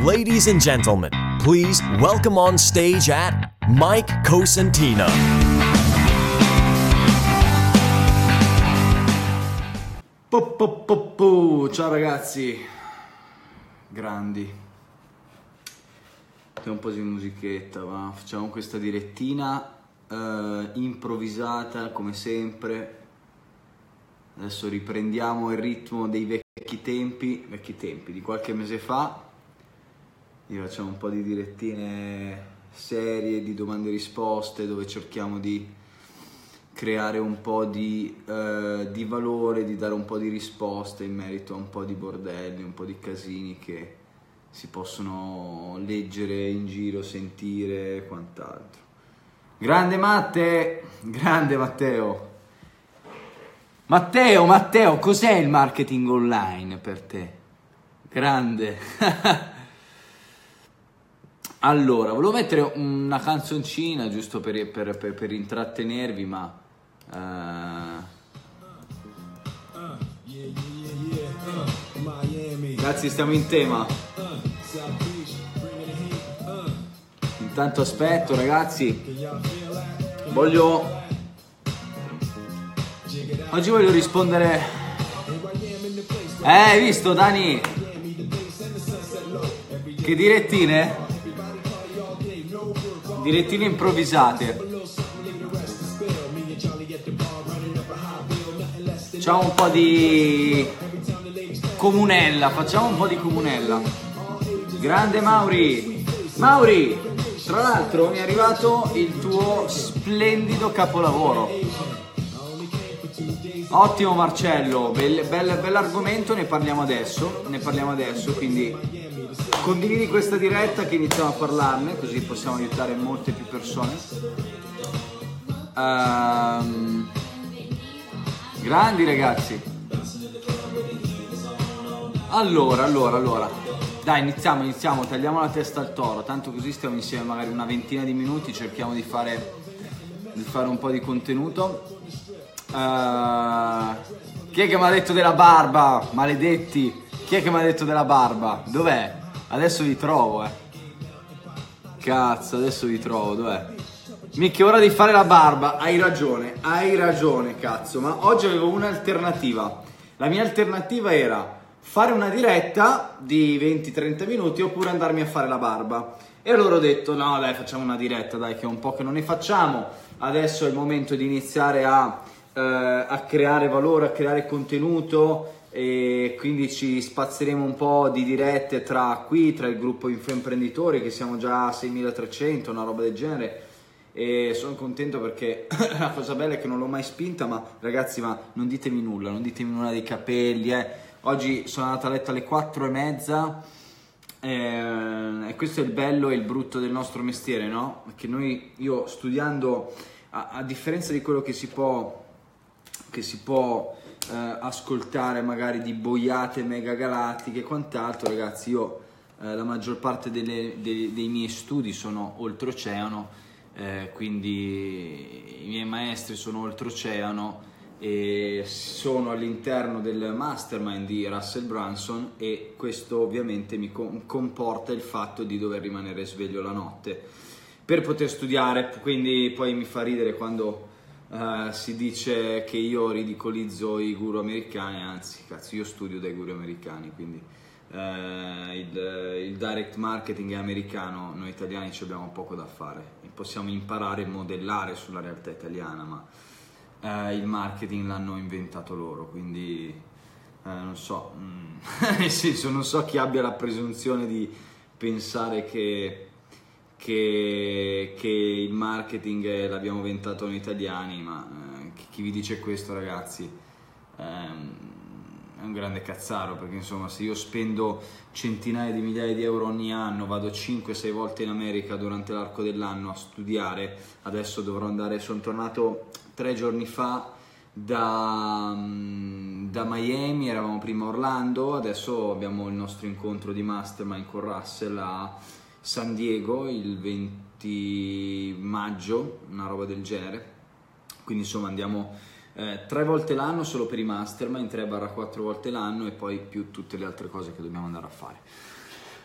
Ladies and gentlemen, please welcome on stage at Mike Cosentino. Ciao ragazzi, grandi. C'è un po' di musichetta, ma facciamo questa direttina improvvisata come sempre. Adesso riprendiamo il ritmo dei vecchi tempi di qualche mese fa. Facciamo un po' di direttine serie, di domande e risposte, dove cerchiamo di creare un po' di valore, di dare un po' di risposte in merito a un po' di bordelli, un po' di casini che si possono leggere in giro, sentire e quant'altro. Grande Matteo! Matteo, cos'è il marketing online per te? Grande! Allora, volevo mettere una canzoncina giusto per intrattenervi, ma ragazzi, stiamo in tema. Intanto aspetto, ragazzi, oggi voglio rispondere. Hai visto, Dani? Che direttine? Direttine improvvisate. Facciamo un po' di comunella, Grande Mauri, tra l'altro mi è arrivato il tuo splendido capolavoro. Ottimo Marcello, bell'argomento, ne parliamo adesso, quindi condividi questa diretta che iniziamo a parlarne, così possiamo aiutare molte più persone. Grandi ragazzi. Allora. Dai, iniziamo, tagliamo la testa al toro, tanto così stiamo insieme magari una ventina di minuti, cerchiamo di fare un po' di contenuto. Chi è che mi ha detto della barba? Maledetti! Chi è che mi ha detto della barba? Dov'è? Adesso vi trovo, Cazzo, adesso vi trovo, dov'è? Mica, ora di fare la barba. Hai ragione, cazzo. Ma oggi avevo un'alternativa. La mia alternativa era fare una diretta di 20-30 minuti oppure andarmi a fare la barba. E allora ho detto, no dai, facciamo una diretta, dai, che è un po' che non ne facciamo. Adesso è il momento di iniziare a creare valore, a creare contenuto, e quindi ci spazieremo un po' di dirette tra il gruppo Infoimprenditori, che siamo già a 6.300, una roba del genere, e sono contento perché la cosa bella è che non l'ho mai spinta, ma ragazzi, ma non ditemi nulla dei capelli, Oggi sono andato a letto alle 4:30, e questo è il bello e il brutto del nostro mestiere, no? Perché io studiando, a differenza di quello che si può ascoltare magari di boiate mega galattiche e quant'altro, ragazzi, io la maggior parte dei miei studi sono oltreoceano, quindi i miei maestri sono oltreoceano e sono all'interno del mastermind di Russell Brunson, e questo ovviamente mi comporta il fatto di dover rimanere sveglio la notte per poter studiare. Quindi poi mi fa ridere quando si dice che io ridicolizzo i guru americani, anzi, cazzo, io studio dai guru americani, quindi il direct marketing è americano, noi italiani ci abbiamo poco da fare, possiamo imparare e modellare sulla realtà italiana, ma il marketing l'hanno inventato loro, quindi non so, nel senso, non so chi abbia la presunzione di pensare che il marketing l'abbiamo inventato noi italiani, ma chi vi dice questo, ragazzi, è un grande cazzaro, perché insomma, se io spendo centinaia di migliaia di euro ogni anno, vado 5-6 volte in America durante l'arco dell'anno a studiare, adesso dovrò andare, sono tornato 3 giorni fa da Miami, eravamo prima a Orlando, adesso abbiamo il nostro incontro di mastermind con Russell a San Diego il 20 maggio, una roba del genere, quindi insomma andiamo 3 volte l'anno solo per i mastermind, 3-4 volte l'anno, e poi più tutte le altre cose che dobbiamo andare a fare.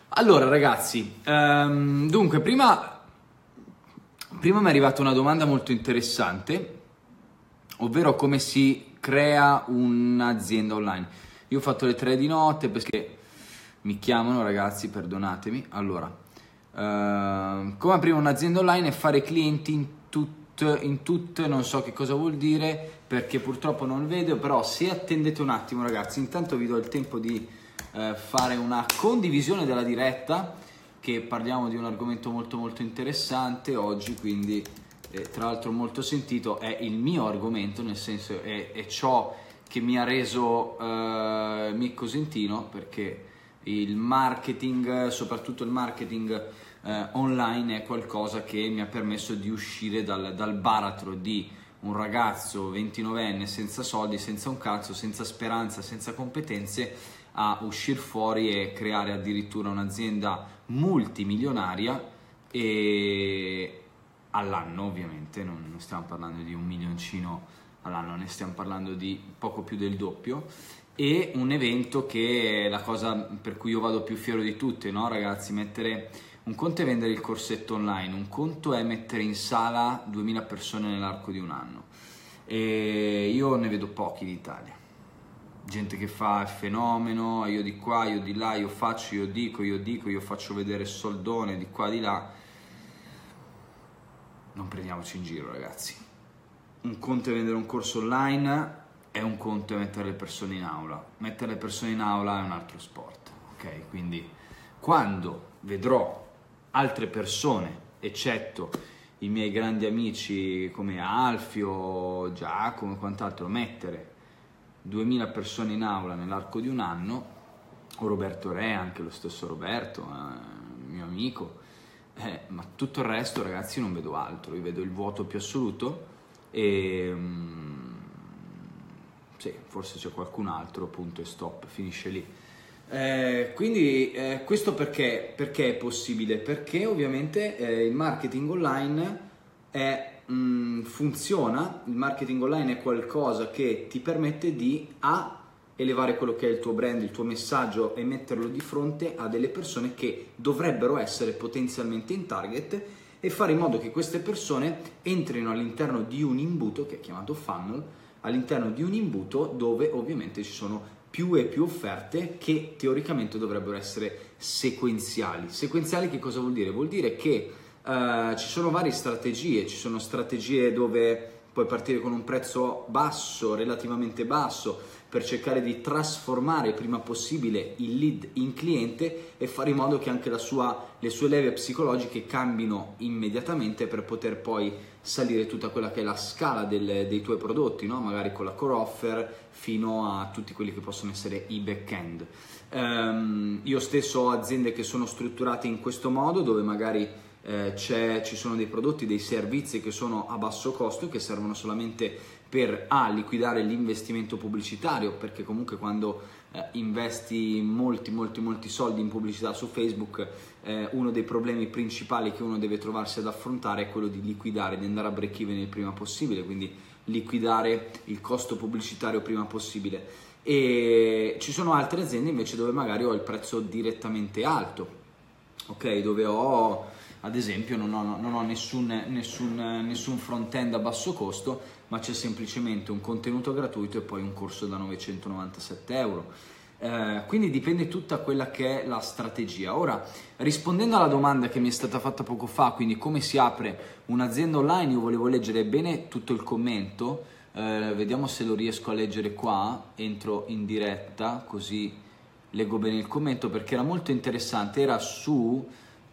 Allora ragazzi, dunque prima mi è arrivata una domanda molto interessante, ovvero come si crea un'azienda online. Io ho fatto le 3 di notte perché mi chiamano, ragazzi, perdonatemi. Allora, come aprire un'azienda online e fare clienti in tutte, non so che cosa vuol dire perché purtroppo non vedo, però se attendete un attimo ragazzi, intanto vi do il tempo di fare una condivisione della diretta, che parliamo di un argomento molto molto interessante oggi, quindi tra l'altro molto sentito, è il mio argomento, nel senso è ciò che mi ha reso Mick Cosentino, perché il marketing, soprattutto il marketing online, è qualcosa che mi ha permesso di uscire dal baratro di un ragazzo 29enne senza soldi, senza un cazzo, senza speranza, senza competenze, a uscire fuori e creare addirittura un'azienda multimilionaria, e all'anno ovviamente non stiamo parlando di 1 milioncino all'anno, ne stiamo parlando di poco più del doppio. E un evento che è la cosa per cui io vado più fiero di tutte, no ragazzi? Un conto è vendere il corsetto online, un conto è mettere in sala 2000 persone nell'arco di un anno, e io ne vedo pochi in Italia. Gente che fa il fenomeno, io di qua, io di là, io faccio, io dico, io faccio vedere soldone di qua, di là. Non prendiamoci in giro ragazzi. Un conto è vendere un corso online, è un conto è mettere le persone in aula. Mettere le persone in aula è un altro sport, ok? Quindi quando vedrò altre persone, eccetto i miei grandi amici come Alfio, Giacomo e quant'altro, mettere 2000 persone in aula nell'arco di un anno, o Roberto Re, anche lo stesso Roberto, mio amico, ma tutto il resto ragazzi non vedo altro, io vedo il vuoto più assoluto. E sì, forse c'è qualcun altro, punto e stop, finisce lì. Quindi questo perché è possibile? Perché ovviamente il marketing online funziona. Il marketing online è qualcosa che ti permette di elevare quello che è il tuo brand, il tuo messaggio, e metterlo di fronte a delle persone che dovrebbero essere potenzialmente in target, e fare in modo che queste persone entrino all'interno di un imbuto che è chiamato funnel, all'interno di un imbuto dove ovviamente ci sono più e più offerte che teoricamente dovrebbero essere sequenziali. Sequenziali che cosa vuol dire? Vuol dire che ci sono varie strategie, ci sono strategie dove puoi partire con un prezzo basso, relativamente basso, per cercare di trasformare il prima possibile il lead in cliente e fare in modo che anche le sue leve psicologiche cambino immediatamente, per poter poi salire tutta quella che è la scala dei tuoi prodotti, no? Magari con la core offer fino a tutti quelli che possono essere i back-end. Io stesso ho aziende che sono strutturate in questo modo, dove magari ci sono dei prodotti, dei servizi che sono a basso costo, che servono solamente per liquidare l'investimento pubblicitario, perché comunque quando investi molti soldi in pubblicità su Facebook, uno dei problemi principali che uno deve trovarsi ad affrontare è quello di liquidare, di andare a break even il prima possibile, quindi liquidare il costo pubblicitario prima possibile. E ci sono altre aziende invece dove magari ho il prezzo direttamente alto, ok? Dove ho, ad esempio, non ho nessun front-end a basso costo, ma c'è semplicemente un contenuto gratuito e poi un corso da 997 euro. Quindi dipende tutta quella che è la strategia. Ora, rispondendo alla domanda che mi è stata fatta poco fa, quindi come si apre un'azienda online, io volevo leggere bene tutto il commento, vediamo se lo riesco a leggere qua, entro in diretta così leggo bene il commento, perché era molto interessante, era su...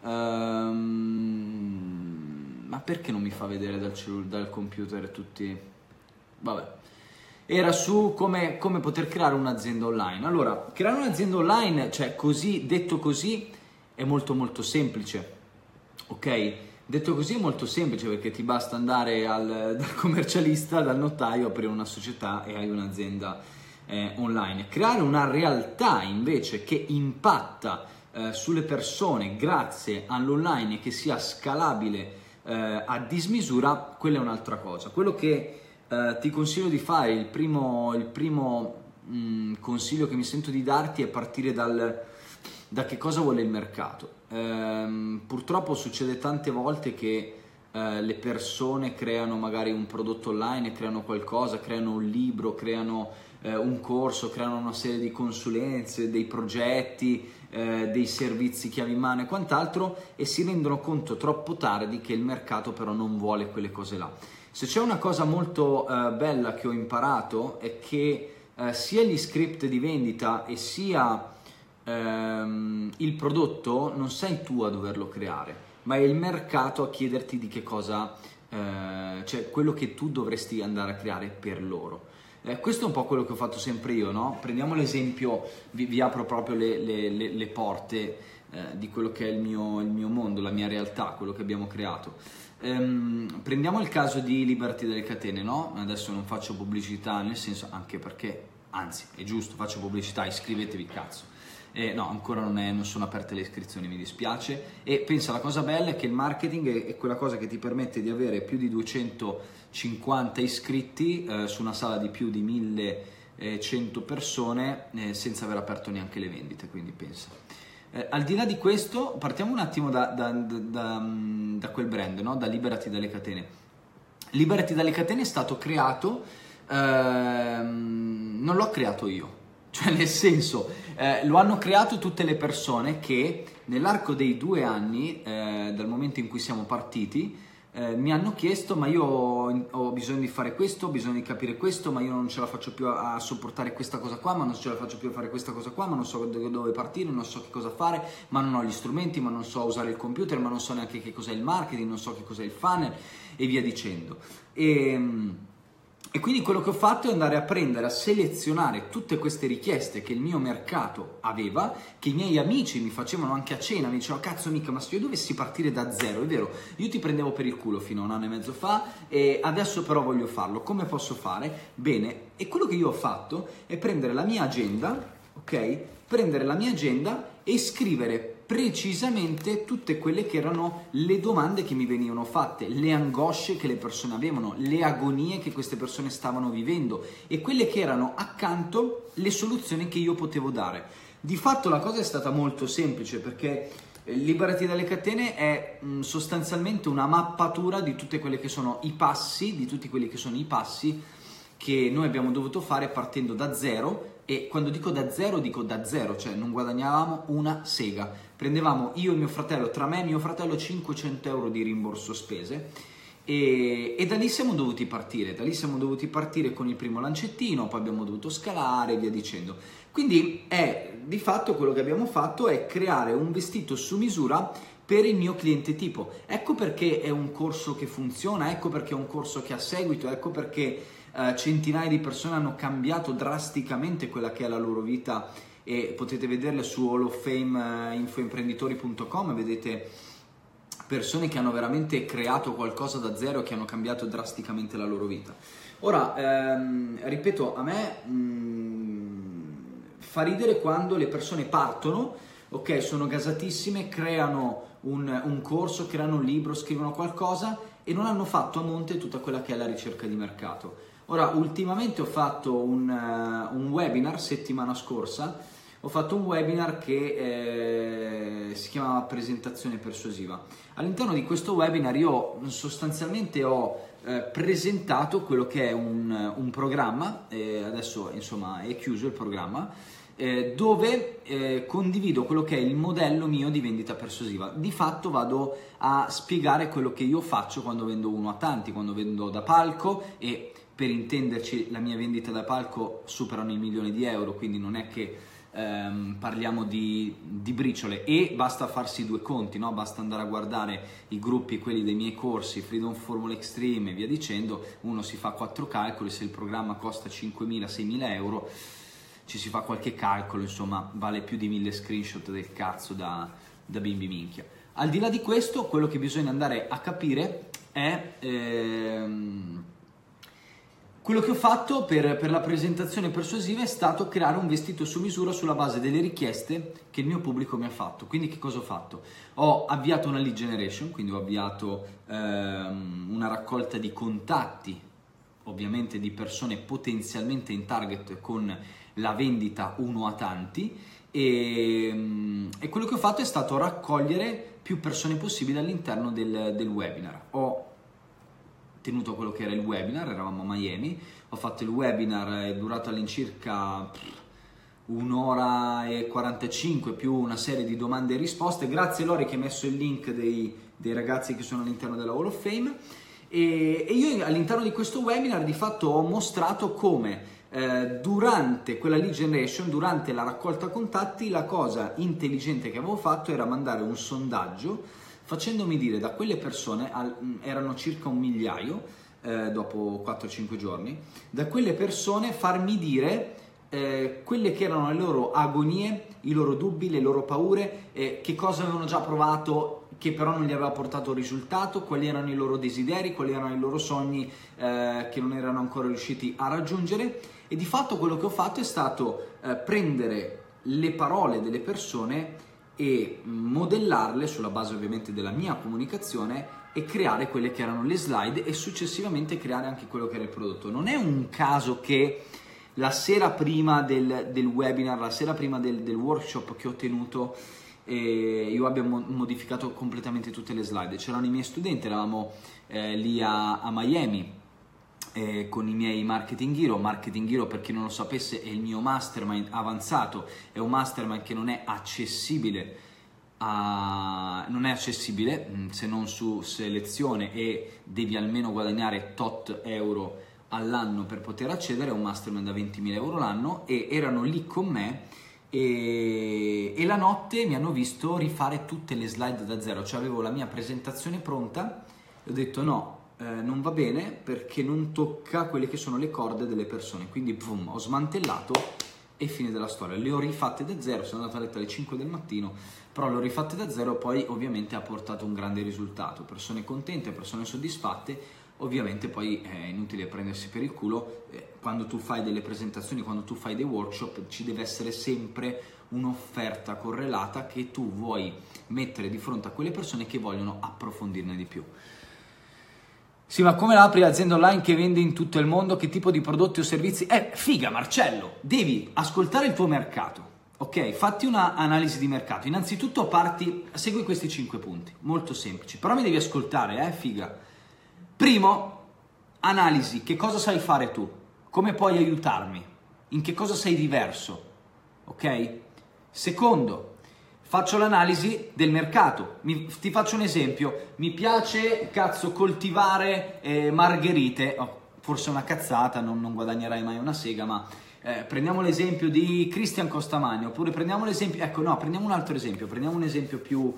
ma perché non mi fa vedere dal computer tutti? Vabbè. Era su come poter creare un'azienda online. Allora, creare un'azienda online, cioè così, detto così, è molto semplice, ok? Detto così è molto semplice, perché ti basta andare dal commercialista, dal notaio, aprire una società e hai un'azienda online. Creare una realtà invece che impatta sulle persone grazie all'online e che sia scalabile a dismisura, quella è un'altra cosa. Quello che ti consiglio di fare, il primo consiglio che mi sento di darti, è partire da che cosa vuole il mercato. Purtroppo succede tante volte che le persone creano magari un prodotto online, creano qualcosa, creano un libro, creano un corso, creano una serie di consulenze, dei progetti, dei servizi chiave in mano e quant'altro, e si rendono conto troppo tardi che il mercato però non vuole quelle cose là. Se c'è una cosa molto bella che ho imparato è che sia gli script di vendita e sia il prodotto non sei tu a doverlo creare, ma è il mercato a chiederti di che cosa, cioè quello che tu dovresti andare a creare per loro. Questo è un po' quello che ho fatto sempre io, no? Prendiamo l'esempio, vi apro proprio le porte di quello che è il mio mondo, la mia realtà, quello che abbiamo creato. Prendiamo il caso di Liberty dalle catene, no? Adesso non faccio pubblicità, nel senso, anche perché, anzi, è giusto, faccio pubblicità, iscrivetevi, cazzo. No, ancora non sono aperte le iscrizioni, mi dispiace. E pensa, la cosa bella è che il marketing è quella cosa che ti permette di avere più di 250 iscritti su una sala di più di 1100 persone senza aver aperto neanche le vendite, quindi pensa. Al di là di questo, partiamo un attimo da quel brand, no? Da Liberati dalle catene. Liberati dalle catene è stato creato, non l'ho creato io. Cioè, nel senso, lo hanno creato tutte le persone che nell'arco dei 2 anni, dal momento in cui siamo partiti, mi hanno chiesto: ma io ho bisogno di fare questo, ho bisogno di capire questo, ma io non ce la faccio più a sopportare questa cosa qua, ma non ce la faccio più a fare questa cosa qua, ma non so dove partire, non so che cosa fare, ma non ho gli strumenti, ma non so usare il computer, ma non so neanche che cos'è il marketing, non so che cos'è il funnel e via dicendo. E quindi quello che ho fatto è andare a prendere, a selezionare tutte queste richieste che il mio mercato aveva, che i miei amici mi facevano anche a cena, mi dicevano: cazzo mica, ma se io dovessi partire da zero, è vero, io ti prendevo per il culo fino a 1 anno e mezzo fa e adesso però voglio farlo, come posso fare? Bene, e quello che io ho fatto è prendere la mia agenda, ok? Prendere la mia agenda e scrivere precisamente tutte quelle che erano le domande che mi venivano fatte, le angosce che le persone avevano, le agonie che queste persone stavano vivendo e quelle che erano accanto le soluzioni che io potevo dare. Di fatto la cosa è stata molto semplice, perché Liberati dalle catene è sostanzialmente una mappatura di tutte quelle che sono i passi, di tutti quelli che sono i passi che noi abbiamo dovuto fare partendo da zero. E quando dico da zero, cioè non guadagnavamo una sega. Prendevamo io e mio fratello, tra me e mio fratello, 500 euro di rimborso spese e da lì siamo dovuti partire. Da lì siamo dovuti partire con il primo lancettino, poi abbiamo dovuto scalare e via dicendo. Quindi di fatto quello che abbiamo fatto è creare un vestito su misura per il mio cliente tipo. Ecco perché è un corso che funziona, ecco perché è un corso che ha seguito, ecco perché centinaia di persone hanno cambiato drasticamente quella che è la loro vita, e potete vederle su Hall of Fame infoimprenditori.com, vedete persone che hanno veramente creato qualcosa da zero, che hanno cambiato drasticamente la loro vita. Ora, ripeto, a me fa ridere quando le persone partono, ok, sono gasatissime, creano un corso, creano un libro, scrivono qualcosa e non hanno fatto a monte tutta quella che è la ricerca di mercato. Ora, ultimamente ho fatto un webinar, settimana scorsa, ho fatto un webinar che si chiamava Presentazione persuasiva. All'interno di questo webinar io sostanzialmente ho presentato quello che è un programma, adesso insomma è chiuso il programma, dove condivido quello che è il modello mio di vendita persuasiva. Di fatto vado a spiegare quello che io faccio quando vendo uno a tanti, quando vendo da palco, e per intenderci la mia vendita da palco superano i 1 milione di euro, quindi non è che parliamo di briciole, e basta farsi 2 conti, no? Basta andare a guardare i gruppi, quelli dei miei corsi, Freedom Formula Extreme e via dicendo, uno si fa 4 calcoli, se il programma costa 5.000-6.000 euro, ci si fa qualche calcolo, insomma vale più di 1000 screenshot del cazzo da bimbi minchia. Al di là di questo, quello che bisogna andare a capire è quello che ho fatto per la presentazione persuasiva è stato creare un vestito su misura sulla base delle richieste che il mio pubblico mi ha fatto. Quindi che cosa ho fatto? Ho avviato una lead generation, quindi ho avviato una raccolta di contatti, ovviamente di persone potenzialmente in target con la vendita uno a tanti, e quello che ho fatto è stato raccogliere più persone possibile all'interno del webinar. Ho tenuto quello che era il webinar, eravamo a Miami, ho fatto il webinar, è durato all'incirca 1 ora e 45 più una serie di domande e risposte. Grazie Lori che hai messo il link dei ragazzi che sono all'interno della Hall of Fame, e io all'interno di questo webinar di fatto ho mostrato come durante quella lead generation, durante la raccolta contatti, la cosa intelligente che avevo fatto era mandare un sondaggio facendomi dire da quelle persone, erano circa 1 migliaio dopo 4-5 giorni, da quelle persone farmi dire quelle che erano le loro agonie, i loro dubbi, le loro paure, che cosa avevano già provato che però non gli aveva portato risultato, quali erano i loro desideri, quali erano i loro sogni che non erano ancora riusciti a raggiungere. E di fatto quello che ho fatto è stato prendere le parole delle persone e modellarle sulla base ovviamente della mia comunicazione e creare quelle che erano le slide e successivamente creare anche quello che era il prodotto. Non è un caso che la sera prima del webinar, la sera prima del workshop che ho tenuto, io abbia modificato completamente tutte le slide. C'erano i miei studenti, eravamo lì a Miami con i miei Marketing Hero. Marketing Hero, per chi non lo sapesse, è il mio mastermind avanzato, è un mastermind che non è accessibile se non su selezione, e devi almeno guadagnare tot euro all'anno per poter accedere. È un mastermind da 20.000 euro l'anno, e erano lì con me e la notte mi hanno visto rifare tutte le slide da zero. Cioè avevo la mia presentazione pronta e ho detto no, non va bene perché non tocca quelle che sono le corde delle persone, quindi boom, ho smantellato e fine della storia. Le ho rifatte da zero, sono andato a letto alle 5 del mattino, però le ho rifatte da zero, poi ovviamente ha portato un grande risultato, persone contente, persone soddisfatte. Ovviamente poi è inutile prendersi per il culo, quando tu fai delle presentazioni, quando tu fai dei workshop, ci deve essere sempre un'offerta correlata che tu vuoi mettere di fronte a quelle persone che vogliono approfondirne di più. Sì, ma come la apri l'azienda online che vende in tutto il mondo? Che tipo di prodotti o servizi? Figa Marcello, devi ascoltare il tuo mercato, ok? Fatti una analisi di mercato. Innanzitutto segui questi 5 punti, molto semplici, però mi devi ascoltare, figa. Primo, analisi, che cosa sai fare tu? Come puoi aiutarmi? In che cosa sei diverso? Ok? Secondo, faccio l'analisi del mercato. Ti faccio un esempio. Mi piace, coltivare margherite. Forse è una cazzata, non guadagnerai mai una sega, ma prendiamo l'esempio di Christian Costamagno, oppure prendiamo l'esempio, prendiamo un altro esempio, prendiamo un esempio più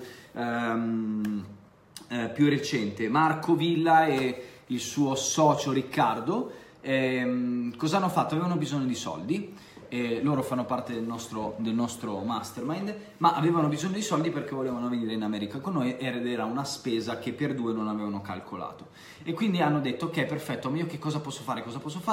recente. Marco Villa e il suo socio Riccardo cosa hanno fatto? Avevano bisogno di soldi, loro fanno parte del nostro mastermind, ma avevano bisogno di soldi perché volevano venire in America con noi ed era una spesa che per 2 non avevano calcolato, e quindi hanno detto ok, perfetto, ma io che cosa posso fare?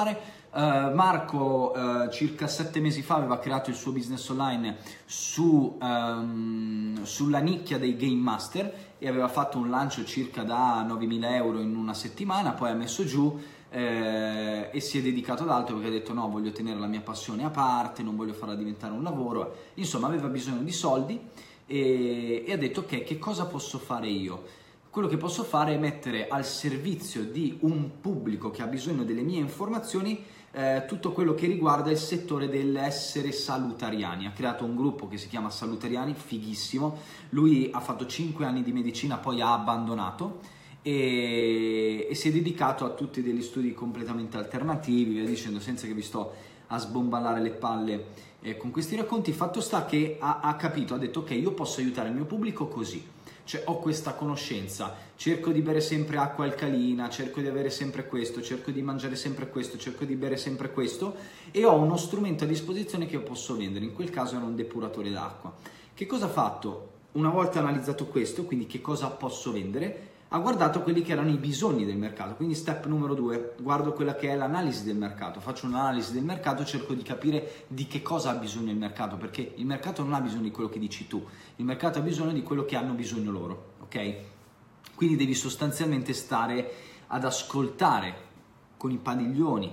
Marco circa 7 mesi fa aveva creato il suo business online sulla nicchia dei Game Master e aveva fatto un lancio circa da 9.000 euro in una settimana, poi ha messo giù e si è dedicato ad altro perché ha detto no, voglio tenere la mia passione a parte, non voglio farla diventare un lavoro. Insomma, aveva bisogno di soldi e ha detto ok, che cosa posso fare io? Quello che posso fare è mettere al servizio di un pubblico che ha bisogno delle mie informazioni tutto quello che riguarda il settore dell'essere salutariani. Ha creato un gruppo che si chiama Salutariani, fighissimo. Lui ha fatto 5 anni di medicina, poi ha abbandonato e si è dedicato a tutti degli studi completamente alternativi, via dicendo, senza che vi sto a sbomballare le palle con questi racconti. Fatto sta che ha capito, ha detto ok, io posso aiutare il mio pubblico così. Cioè ho questa conoscenza, cerco di bere sempre acqua alcalina, cerco di avere sempre questo, cerco di mangiare sempre questo, cerco di bere sempre questo, e ho uno strumento a disposizione che posso vendere. In quel caso era un depuratore d'acqua. Che cosa ha fatto? Una volta analizzato questo, quindi che cosa posso vendere, ha guardato quelli che erano i bisogni del mercato. Quindi step numero 2, guardo quella che è l'analisi del mercato, faccio un'analisi del mercato, cerco di capire di che cosa ha bisogno il mercato, perché il mercato non ha bisogno di quello che dici tu, il mercato ha bisogno di quello che hanno bisogno loro, ok? Quindi devi sostanzialmente stare ad ascoltare con i padiglioni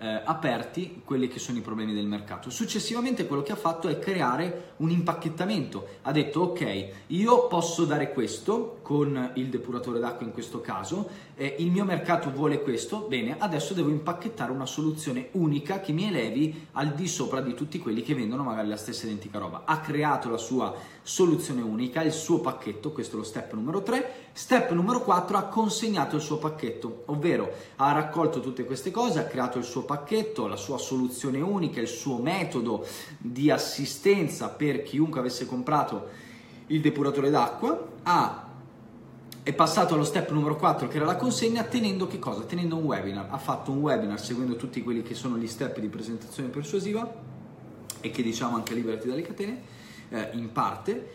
aperti quelli che sono i problemi del mercato. Successivamente quello che ha fatto è creare un impacchettamento. Ha detto ok, io posso dare questo con il depuratore d'acqua in questo caso, il mio mercato vuole questo, bene, adesso devo impacchettare una soluzione unica che mi elevi al di sopra di tutti quelli che vendono magari la stessa identica roba. Ha creato la sua soluzione unica, il suo pacchetto, questo è lo step numero 3. Step numero 4, ha consegnato il suo pacchetto, ovvero ha raccolto tutte queste cose, ha creato il suo pacchetto, la sua soluzione unica, il suo metodo di assistenza per chiunque avesse comprato il depuratore d'acqua, è passato allo step numero 4 che era la consegna, tenendo che cosa? Tenendo un webinar. Ha fatto un webinar seguendo tutti quelli che sono gli step di presentazione persuasiva e che diciamo anche liberati dalle catene in parte,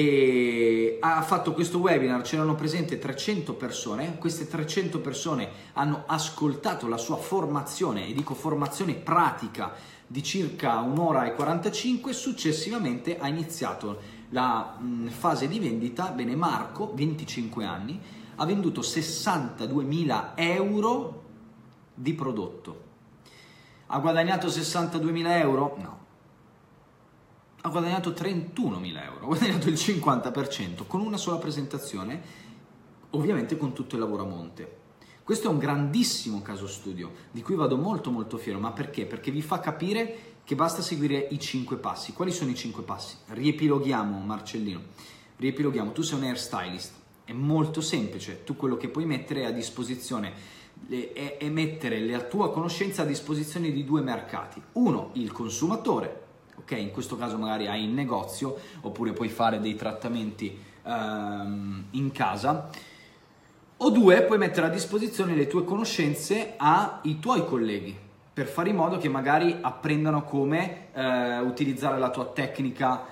e ha fatto questo webinar, c'erano presenti 300 persone, queste 300 persone hanno ascoltato la sua formazione, e dico formazione pratica, di circa 1 ora e 45, successivamente ha iniziato la fase di vendita. Bene, Marco, 25 anni, ha venduto 62.000 euro di prodotto. Ha guadagnato 62.000 euro? No. Ha guadagnato 31.000 euro, ha guadagnato il 50% con una sola presentazione, ovviamente con tutto il lavoro a monte. Questo è un grandissimo caso studio, di cui vado molto molto fiero, ma perché? Perché vi fa capire che basta seguire i 5 passi. Quali sono i 5 passi? Riepiloghiamo, Marcellino, riepiloghiamo. Tu sei un hairstylist, è molto semplice, tu quello che puoi mettere a disposizione è mettere la tua conoscenza a disposizione di 2 mercati. Uno, il consumatore, ok? In questo caso magari hai il negozio, oppure puoi fare dei trattamenti in casa. O 2, puoi mettere a disposizione le tue conoscenze ai tuoi colleghi, per fare in modo che magari apprendano come utilizzare la tua tecnica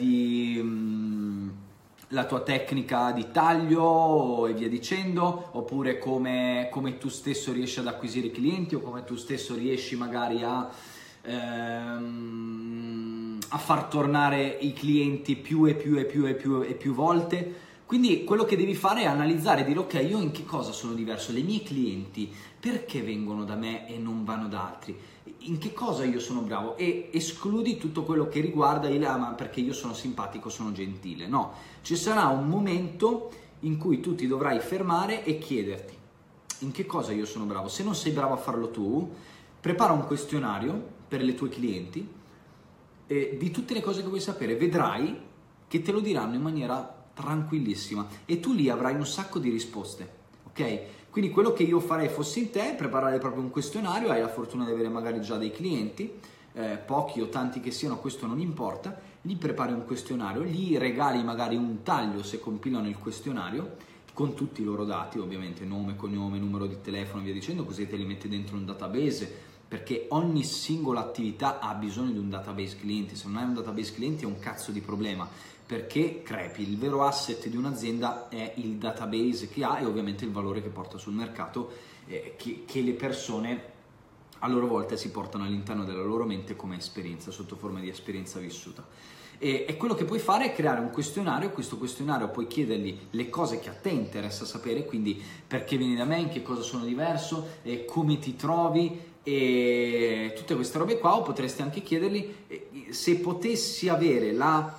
la tua tecnica di taglio e via dicendo, oppure come tu stesso riesci ad acquisire clienti, o come tu stesso riesci magari a far tornare i clienti più e più volte. Quindi quello che devi fare è analizzare e dire ok, io in che cosa sono diverso, le mie clienti perché vengono da me e non vanno da altri, in che cosa io sono bravo, e escludi tutto quello che riguarda ma perché io sono simpatico, sono gentile. No, ci sarà un momento in cui tu ti dovrai fermare e chiederti in che cosa io sono bravo. Se non sei bravo a farlo tu, prepara un questionario per le tue clienti di tutte le cose che vuoi sapere, vedrai che te lo diranno in maniera tranquillissima e tu lì avrai un sacco di risposte, ok? Quindi quello che io farei fossi in te è preparare proprio un questionario. Hai la fortuna di avere magari già dei clienti, pochi o tanti che siano, questo non importa, gli prepari un questionario, gli regali magari un taglio se compilano il questionario con tutti i loro dati, ovviamente nome, cognome, numero di telefono e via dicendo, così te li metti dentro un database, perché ogni singola attività ha bisogno di un database clienti. Se non hai un database clienti è un cazzo di problema, perché crepi. Il vero asset di un'azienda è il database che ha e ovviamente il valore che porta sul mercato, che le persone a loro volta si portano all'interno della loro mente come esperienza, sotto forma di esperienza vissuta. E quello che puoi fare è creare un questionario. Questo questionario puoi chiedergli le cose che a te interessa sapere, quindi perché vieni da me, in che cosa sono diverso, come ti trovi e tutte queste robe qua. O potresti anche chiedergli se potessi avere la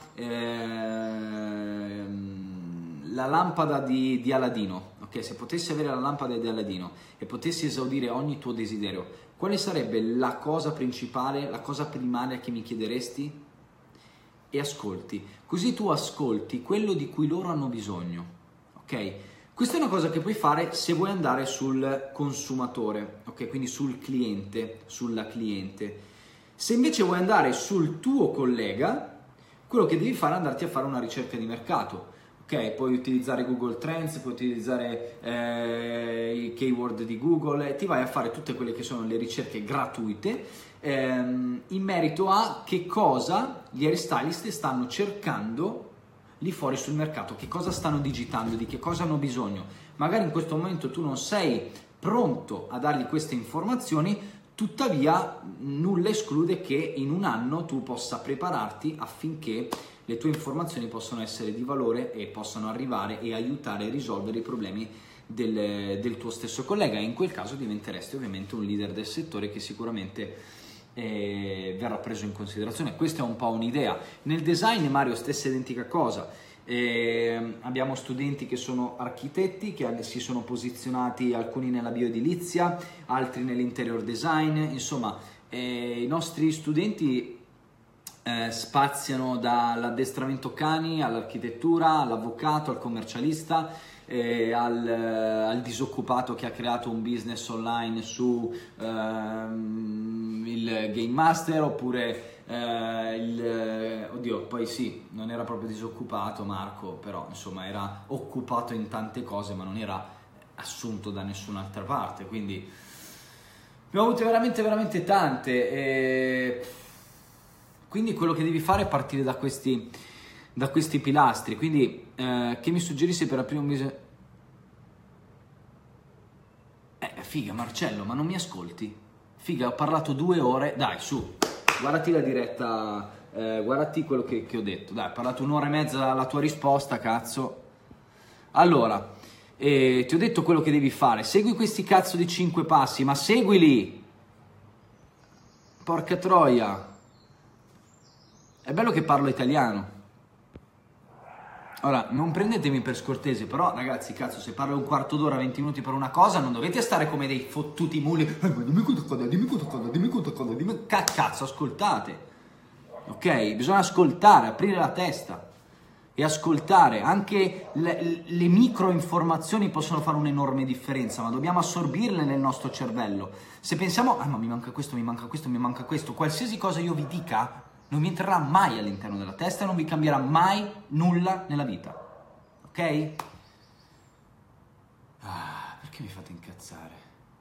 lampada di Aladino, ok? Se potessi avere la lampada di Aladino e potessi esaudire ogni tuo desiderio, quale sarebbe la cosa principale, la cosa primaria che mi chiederesti? E ascolti, così tu ascolti quello di cui loro hanno bisogno, ok? Questa è una cosa che puoi fare se vuoi andare sul consumatore, ok? Quindi sul cliente, sulla cliente. Se invece vuoi andare sul tuo collega, quello che devi fare è andarti a fare una ricerca di mercato, ok? Puoi utilizzare Google Trends, puoi utilizzare i keyword di Google, ti vai a fare tutte quelle che sono le ricerche gratuite in merito a che cosa gli hairstylist stanno cercando lì fuori sul mercato, che cosa stanno digitando, di che cosa hanno bisogno. Magari in questo momento tu non sei pronto a dargli queste informazioni, tuttavia nulla esclude che in un anno tu possa prepararti affinché le tue informazioni possano essere di valore e possano arrivare e aiutare a risolvere i problemi del tuo stesso collega, e in quel caso diventeresti ovviamente un leader del settore che sicuramente verrà preso in considerazione. Questa è un po' un'idea. Nel design, Mario, stessa identica cosa. Abbiamo studenti che sono architetti, che si sono posizionati, alcuni nella bioedilizia, altri nell'interior design. Insomma, i nostri studenti spaziano dall'addestramento cani all'architettura, all'avvocato, al commercialista, al disoccupato che ha creato un business online su il Game Master, oppure oddio, poi sì, non era proprio disoccupato Marco, però insomma era occupato in tante cose, ma non era assunto da nessun'altra parte. Quindi abbiamo avute veramente tante, quindi quello che devi fare è partire da questi pilastri. Quindi che mi suggerissi per aprire un business? Figa Marcello, ma non mi ascolti? Figa, ho parlato 2 ore, dai su, guardati la diretta, guardati quello che ho detto, dai, ho parlato 1 ora e mezza alla tua risposta, cazzo. Allora, ti ho detto quello che devi fare, segui questi cazzo di 5 passi, ma seguili! Porca troia! È bello che parlo italiano. Ora, non prendetemi per scortese, però ragazzi, cazzo, se parlo un quarto d'ora, 20 minuti per una cosa, non dovete stare come dei fottuti muli. Ma dimmi quanto cosa. Cazzo, ascoltate. Ok? Bisogna ascoltare, aprire la testa e ascoltare. Anche le micro informazioni possono fare un'enorme differenza, ma dobbiamo assorbirle nel nostro cervello. Se pensiamo, ma mi manca questo, qualsiasi cosa io vi dica non vi entrerà mai all'interno della testa e non vi cambierà mai nulla nella vita, ok? Perché mi fate incazzare?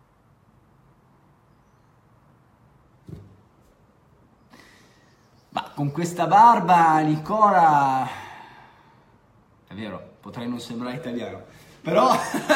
Ma con questa barba, Nicola, è vero, potrei non sembrare italiano, però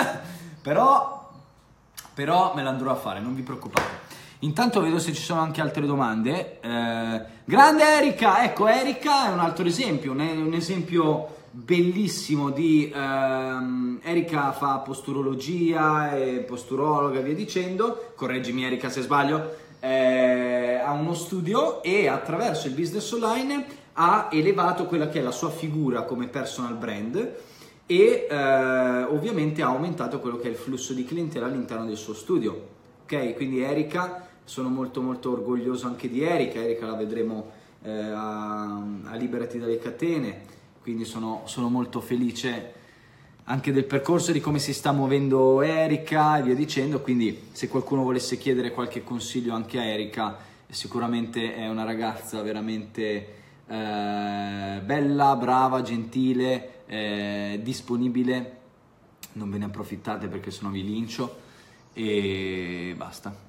me l'andrò a fare, non vi preoccupate. Intanto vedo se ci sono anche altre domande. Grande Erika, ecco, Erika è un altro esempio, un esempio bellissimo di Erika fa posturologia e posturologa e via dicendo, correggimi Erika se sbaglio, ha uno studio e attraverso il business online ha elevato quella che è la sua figura come personal brand e ovviamente ha aumentato quello che è il flusso di clientela all'interno del suo studio. Ok, quindi Erika, sono molto orgoglioso anche di Erika la vedremo a Liberati dalle catene, quindi sono molto felice anche del percorso, di come si sta muovendo Erika e via dicendo. Quindi se qualcuno volesse chiedere qualche consiglio anche a Erika, sicuramente è una ragazza veramente bella, brava, gentile, disponibile. Non ve ne approfittate perché sennò vi lincio e basta.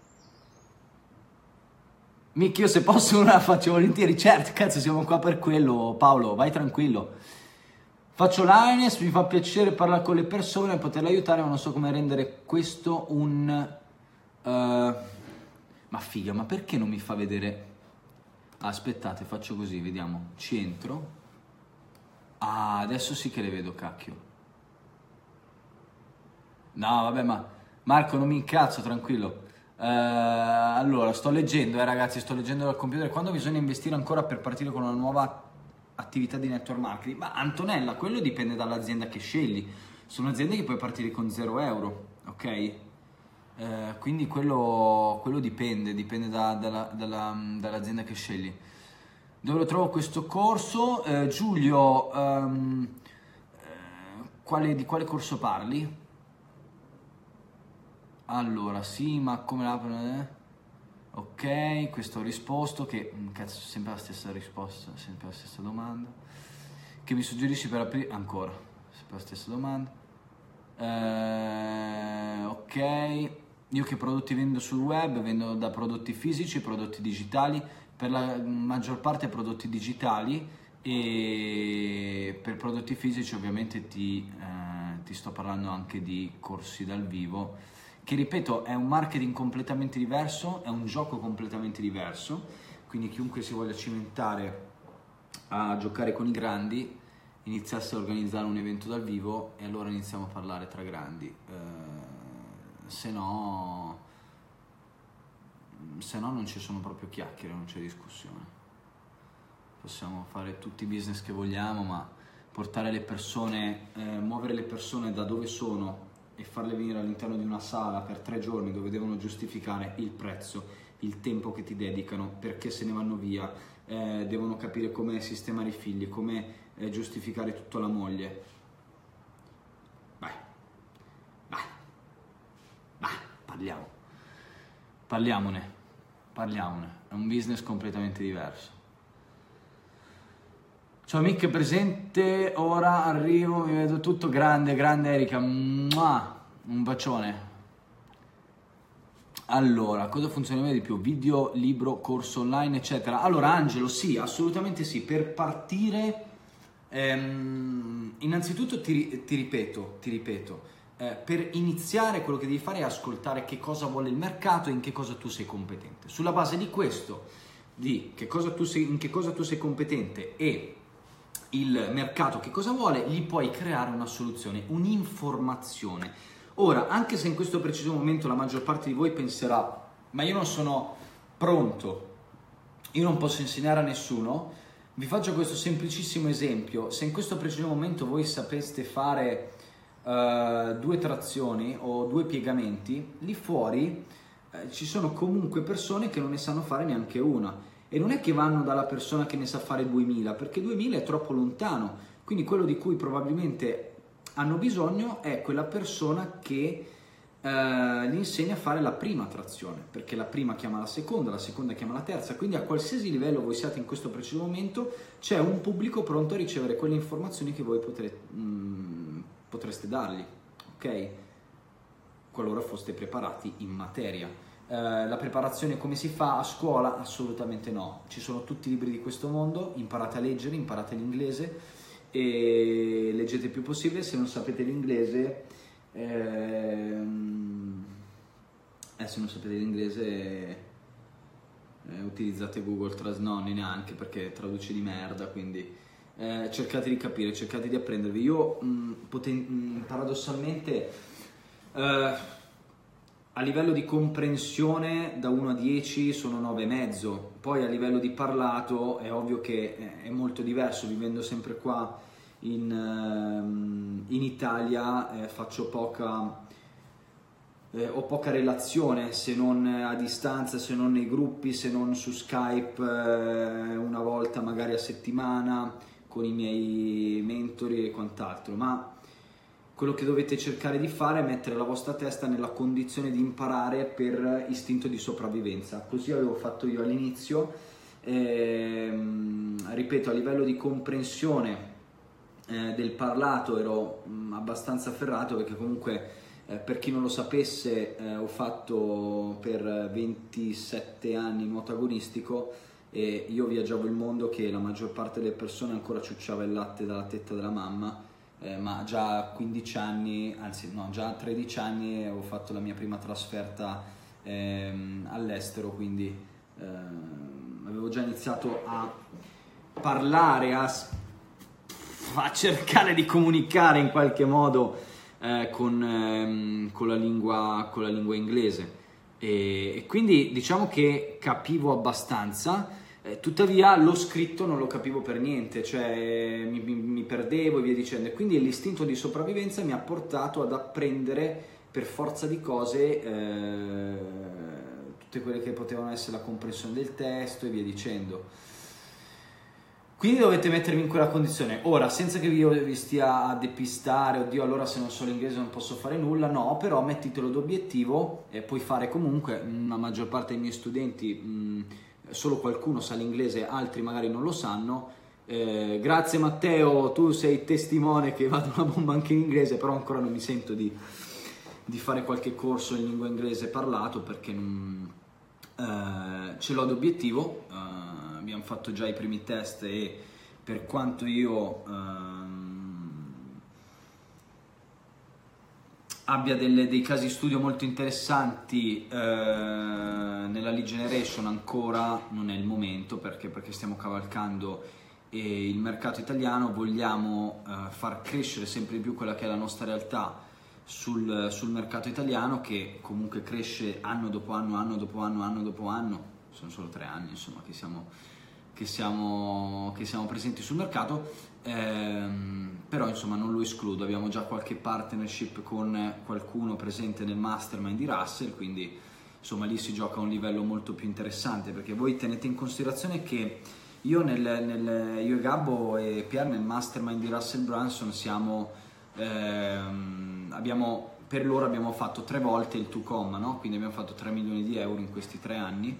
Micchio, se posso la faccio volentieri. Certo, cazzo, siamo qua per quello. Paolo, vai tranquillo. Faccio l'Aines, mi fa piacere parlare con le persone e poterle aiutare, ma non so come rendere questo un... Ma figa, ma perché non mi fa vedere? Aspettate, faccio così, vediamo. Ci entro. Adesso sì che le vedo, cacchio. No, vabbè, ma Marco, non mi incazzo, tranquillo. Allora, sto leggendo, ragazzi, sto leggendo dal computer. Quando bisogna investire ancora per partire con una nuova attività di network marketing? Ma Antonella, quello dipende dall'azienda che scegli. Sono aziende che puoi partire con 0 euro, ok? Quindi quello dipende dall'azienda che scegli. Dove lo trovo questo corso? Giulio, di quale corso parli? Allora, sì, ma come la... Ok, questo ho risposto, che cazzo, sempre la stessa risposta, sempre la stessa domanda. Che mi suggerisci per aprire... Ancora, sempre la stessa domanda. Ok, io che prodotti vendo sul web? Vendo da prodotti fisici e prodotti digitali, per la maggior parte prodotti digitali, e per prodotti fisici ovviamente ti sto parlando anche di corsi dal vivo, che ripeto è un marketing completamente diverso, è un gioco completamente diverso, quindi chiunque si voglia cimentare a giocare con i grandi iniziasse a organizzare un evento dal vivo e allora iniziamo a parlare tra grandi, se no non ci sono proprio chiacchiere, non c'è discussione. Possiamo fare tutti i business che vogliamo, ma portare le persone, muovere le persone da dove sono e farle venire all'interno di una sala per 3 giorni dove devono giustificare il prezzo, il tempo che ti dedicano, perché se ne vanno via, devono capire come sistemare i figli, come giustificare tutto alla moglie. Vai, parliamone, è un business completamente diverso. Ciao Mick, presente, ora arrivo, mi vedo tutto grande Erika, mua, un bacione. Allora, cosa funziona meglio di più? Video, libro, corso online, eccetera. Allora Angelo, sì, assolutamente sì, per partire, innanzitutto ti ripeto, per iniziare quello che devi fare è ascoltare che cosa vuole il mercato e in che cosa tu sei competente. Sulla base di questo, in che cosa tu sei competente e il mercato che cosa vuole, gli puoi creare una soluzione, un'informazione. Ora, anche se in questo preciso momento la maggior parte di voi penserà ma io non sono pronto, io non posso insegnare a nessuno, vi faccio questo semplicissimo esempio. Se in questo preciso momento voi sapeste fare 2 trazioni o 2 piegamenti, lì fuori ci sono comunque persone che non ne sanno fare neanche una. E non è che vanno dalla persona che ne sa fare 2000, perché 2000 è troppo lontano. Quindi quello di cui probabilmente hanno bisogno è quella persona che gli insegna a fare la prima trazione, perché la prima chiama la seconda chiama la terza. Quindi a qualsiasi livello voi siate in questo preciso momento, c'è un pubblico pronto a ricevere quelle informazioni che voi potreste dargli, ok? Qualora foste preparati in materia. La preparazione come si fa a scuola? Assolutamente no. Ci sono tutti i libri di questo mondo, imparate a leggere, imparate l'inglese e leggete il più possibile. Se non sapete l'inglese, utilizzate Google Translate, neanche, perché traduce di merda, quindi cercate di capire, cercate di apprendervi. Io paradossalmente a livello di comprensione da 1 a 10 sono 9,5, poi a livello di parlato è ovvio che è molto diverso, vivendo sempre qua in Italia faccio ho poca relazione, se non a distanza, se non nei gruppi, se non su Skype una volta magari a settimana con i miei mentori e quant'altro, ma quello che dovete cercare di fare è mettere la vostra testa nella condizione di imparare per istinto di sopravvivenza. Così avevo fatto io all'inizio. Ripeto, a livello di comprensione del parlato ero abbastanza ferrato, perché comunque per chi non lo sapesse ho fatto per 27 anni nuoto agonistico e io viaggiavo il mondo che la maggior parte delle persone ancora ciucciava il latte dalla tetta della mamma. Ma già a 15 anni, anzi no, già a 13 anni ho fatto la mia prima trasferta all'estero, quindi avevo già iniziato a parlare, a cercare di comunicare in qualche modo con la lingua inglese e quindi diciamo che capivo abbastanza. Tuttavia lo scritto non lo capivo per niente, cioè mi perdevo e via dicendo, e quindi l'istinto di sopravvivenza mi ha portato ad apprendere per forza di cose tutte quelle che potevano essere la comprensione del testo e via dicendo. Quindi dovete mettervi in quella condizione. Ora, senza che io vi stia a depistare, oddio allora se non so l'inglese non posso fare nulla, no, però mettitelo d'obiettivo e puoi fare comunque. La maggior parte dei miei studenti solo qualcuno sa l'inglese, altri magari non lo sanno. Grazie Matteo, tu sei testimone che vado una bomba anche in inglese, però ancora non mi sento di fare qualche corso in lingua inglese parlato, perché ce l'ho d'obiettivo. Abbiamo fatto già i primi test e per quanto io abbia dei casi studio molto interessanti nella lead generation, ancora non è il momento, perché stiamo cavalcando e il mercato italiano, vogliamo far crescere sempre di più quella che è la nostra realtà sul mercato italiano, che comunque cresce anno dopo anno, anno dopo anno, anno dopo anno. Sono solo 3 anni insomma che siamo presenti sul mercato, però insomma non lo escludo. Abbiamo già qualche partnership con qualcuno presente nel mastermind di Russell, quindi insomma lì si gioca a un livello molto più interessante, perché voi tenete in considerazione che io e Gabbo e Pier nel mastermind di Russell Brunson per loro abbiamo fatto 3 volte il 2 no? Quindi abbiamo fatto 3 milioni di euro in questi 3 anni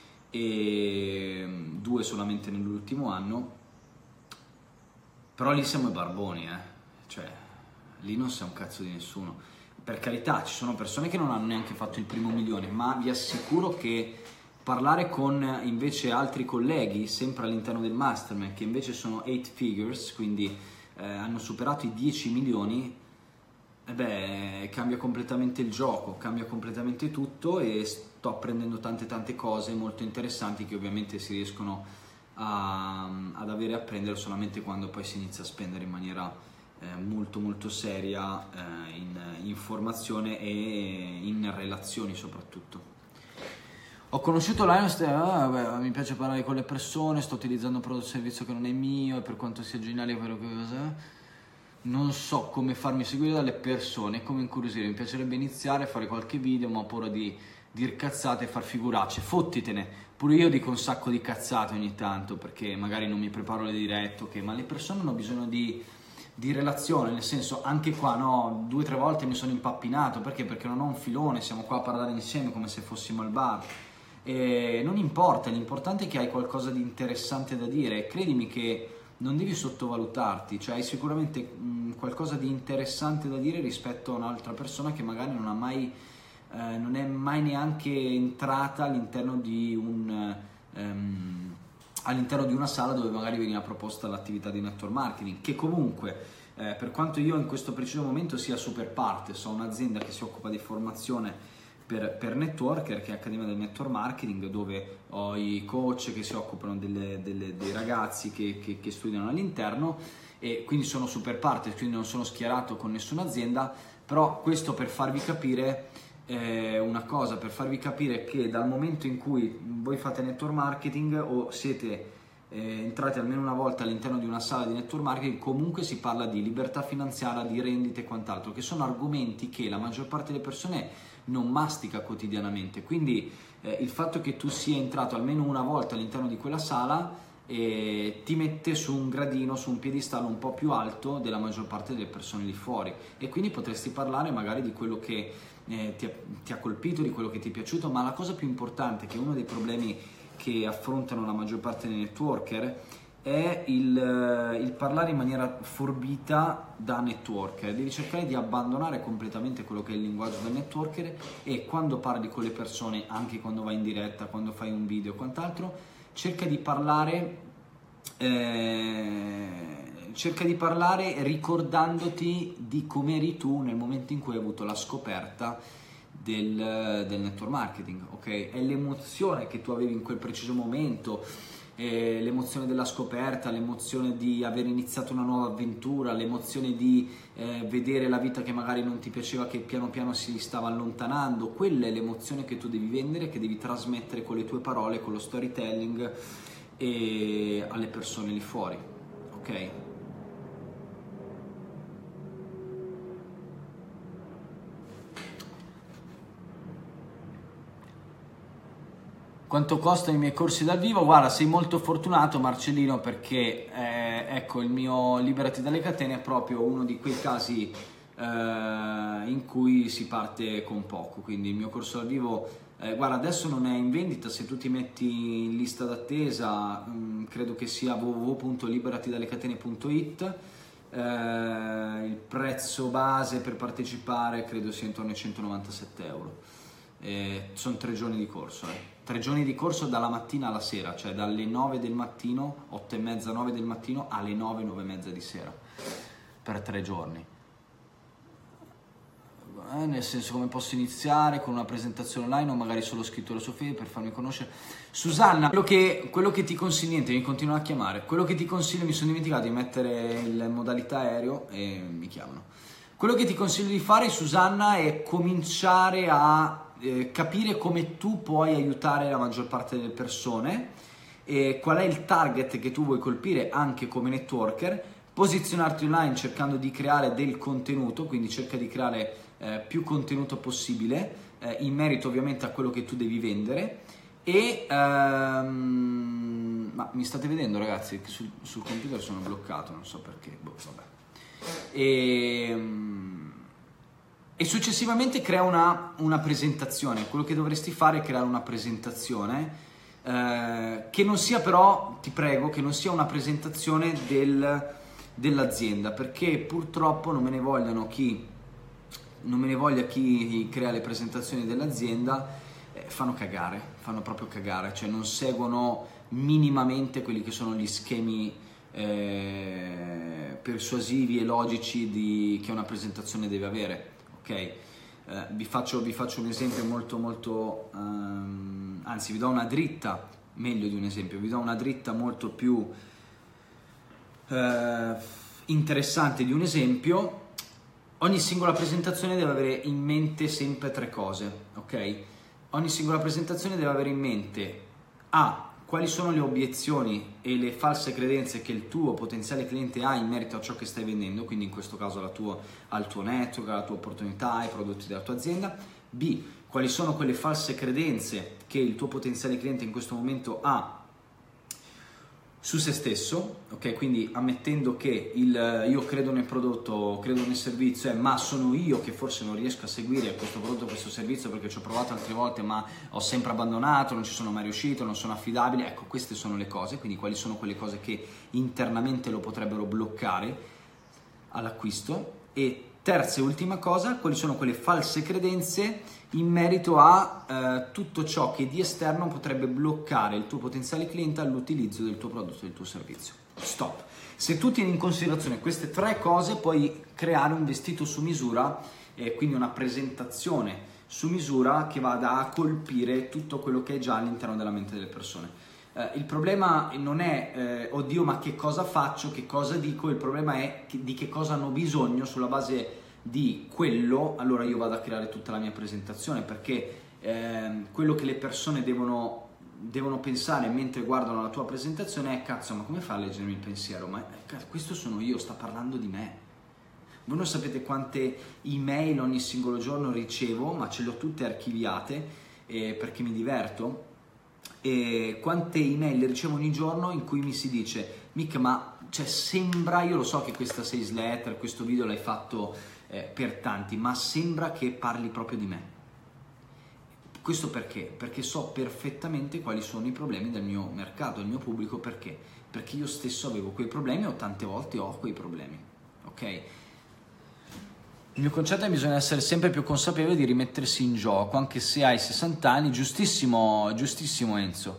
e 2 solamente nell'ultimo anno. Però lì siamo i barboni, cioè lì non sei un cazzo di nessuno. Per carità, ci sono persone che non hanno neanche fatto il primo milione, ma vi assicuro che parlare con invece altri colleghi, sempre all'interno del mastermind, che invece sono 8 figures, quindi hanno superato i 10 milioni, cambia completamente il gioco, cambia completamente tutto, e sto apprendendo tante cose molto interessanti che ovviamente si riescono ad avere e apprendere solamente quando poi si inizia a spendere in maniera molto seria in formazione e in relazioni soprattutto. Ho conosciuto Linus, mi piace parlare con le persone, sto utilizzando un prodotto o servizio che non è mio, e per quanto sia geniale quello che cos'è, non so come farmi seguire dalle persone, come incuriosire. Mi piacerebbe iniziare a fare qualche video, ma ho paura di dir cazzate e far figuracce. Fottitene, pure io dico un sacco di cazzate ogni tanto, perché magari non mi preparo le dirette, ma le persone hanno bisogno di relazione, nel senso, anche qua 2 o 3 volte mi sono impappinato, perché non ho un filone, siamo qua a parlare insieme come se fossimo al bar, e non importa, l'importante è che hai qualcosa di interessante da dire, e credimi che non devi sottovalutarti, cioè hai sicuramente qualcosa di interessante da dire rispetto a un'altra persona che magari non è mai neanche entrata all'interno di una sala dove magari veniva proposta l'attività di network marketing, che comunque per quanto io in questo preciso momento sia super parte, so un'azienda che si occupa di formazione per networker, che è Accademia del Network Marketing, dove ho i coach che si occupano dei ragazzi che studiano all'interno, e quindi sono super parte, quindi non sono schierato con nessuna azienda. Però questo per farvi capire una cosa, per farvi capire che dal momento in cui voi fate network marketing o siete entrati almeno una volta all'interno di una sala di network marketing, comunque si parla di libertà finanziaria, di rendite e quant'altro, che sono argomenti che la maggior parte delle persone non mastica quotidianamente. Quindi il fatto che tu sia entrato almeno una volta all'interno di quella sala ti mette su un gradino, su un piedistallo un po' più alto della maggior parte delle persone lì fuori, e quindi potresti parlare magari di quello che ti ha colpito, di quello che ti è piaciuto. Ma la cosa più importante, che è uno dei problemi che affrontano la maggior parte dei networker, è il parlare in maniera forbita da networker. Devi cercare di abbandonare completamente quello che è il linguaggio del networker, e quando parli con le persone, anche quando vai in diretta, quando fai un video o quant'altro, cerca di parlare ricordandoti di come eri tu nel momento in cui hai avuto la scoperta del network marketing, ok? È l'emozione che tu avevi in quel preciso momento, l'emozione della scoperta, l'emozione di aver iniziato una nuova avventura, l'emozione di vedere la vita che magari non ti piaceva, che piano piano si stava allontanando. Quella è l'emozione che tu devi vendere, che devi trasmettere con le tue parole, con lo storytelling, e alle persone lì fuori, ok? Quanto costano i miei corsi dal vivo? Guarda, sei molto fortunato, Marcellino, perché ecco, il mio Liberati dalle catene è proprio uno di quei casi in cui si parte con poco. Quindi il mio corso dal vivo, guarda, adesso non è in vendita. Se tu ti metti in lista d'attesa, credo che sia www.liberatidallecatene.it. Il prezzo base per partecipare credo sia intorno ai 197 euro. Sono 3 giorni di corso, 3 giorni di corso dalla mattina alla sera, cioè dalle 9 del mattino, 8:30, 9 del mattino, alle 9, 9:30 di sera, per 3 giorni. nel senso, come posso iniziare con una presentazione online o magari solo scritto la sua fede per farmi conoscere. Susanna, quello che ti consiglio, niente, mi continuano a chiamare, quello che ti consiglio, mi sono dimenticato di mettere il modalità aereo e mi chiamano. Quello che ti consiglio di fare, Susanna, è cominciare a capire come tu puoi aiutare la maggior parte delle persone e qual è il target che tu vuoi colpire anche come networker, posizionarti online cercando di creare del contenuto, quindi cerca di creare più contenuto possibile in merito ovviamente a quello che tu devi vendere e ma mi state vedendo, ragazzi, che sul computer sono bloccato, non so perché, vabbè. E successivamente crea una presentazione. Quello che dovresti fare è creare una presentazione che non sia, però ti prego, che non sia una presentazione dell'azienda, perché purtroppo non me ne voglia chi crea le presentazioni dell'azienda, fanno proprio cagare, cioè non seguono minimamente quelli che sono gli schemi persuasivi e logici che una presentazione deve avere, ok? Vi faccio un esempio molto anzi vi do una dritta, meglio di un esempio, vi do una dritta molto più interessante di un esempio. Ogni singola presentazione deve avere in mente sempre 3 cose, ok? Ogni singola presentazione deve avere in mente quali sono le obiezioni e le false credenze che il tuo potenziale cliente ha in merito a ciò che stai vendendo, quindi in questo caso al tuo network, alla tua opportunità, ai prodotti della tua azienda. B, quali sono quelle false credenze che il tuo potenziale cliente in questo momento ha su se stesso, ok? Quindi ammettendo che io credo nel prodotto, credo nel servizio, ma sono io che forse non riesco a seguire questo prodotto, questo servizio, perché ci ho provato altre volte ma ho sempre abbandonato, non ci sono mai riuscito, non sono affidabile. Ecco, queste sono le cose, quindi quali sono quelle cose che internamente lo potrebbero bloccare all'acquisto. E terza e ultima cosa, quali sono quelle false credenze in merito a tutto ciò che di esterno potrebbe bloccare il tuo potenziale cliente all'utilizzo del tuo prodotto e del tuo servizio. Stop. Se tu tieni in considerazione queste 3 cose, puoi creare un vestito su misura, quindi una presentazione su misura che vada a colpire tutto quello che è già all'interno della mente delle persone. Il problema non è oddio, ma che cosa faccio, che cosa dico, il problema è di che cosa hanno bisogno. Sulla base di quello, allora io vado a creare tutta la mia presentazione, perché quello che le persone devono pensare mentre guardano la tua presentazione è: cazzo, ma come fa a leggermi il pensiero? Ma questo sono io, sta parlando di me. Voi non sapete quante email ogni singolo giorno ricevo, ma ce le ho tutte archiviate perché mi diverto. E quante email ricevo ogni giorno in cui mi si dice: Mick, ma cioè, sembra, io lo so che questa sales letter, questo video l'hai fatto per tanti, ma sembra che parli proprio di me. Questo perché? Perché so perfettamente quali sono i problemi del mio mercato, del mio pubblico. Perché? Perché io stesso avevo quei problemi, o tante volte ho quei problemi, ok? Il mio concetto è che bisogna essere sempre più consapevoli di rimettersi in gioco, anche se hai 60 anni. Giustissimo Enzo.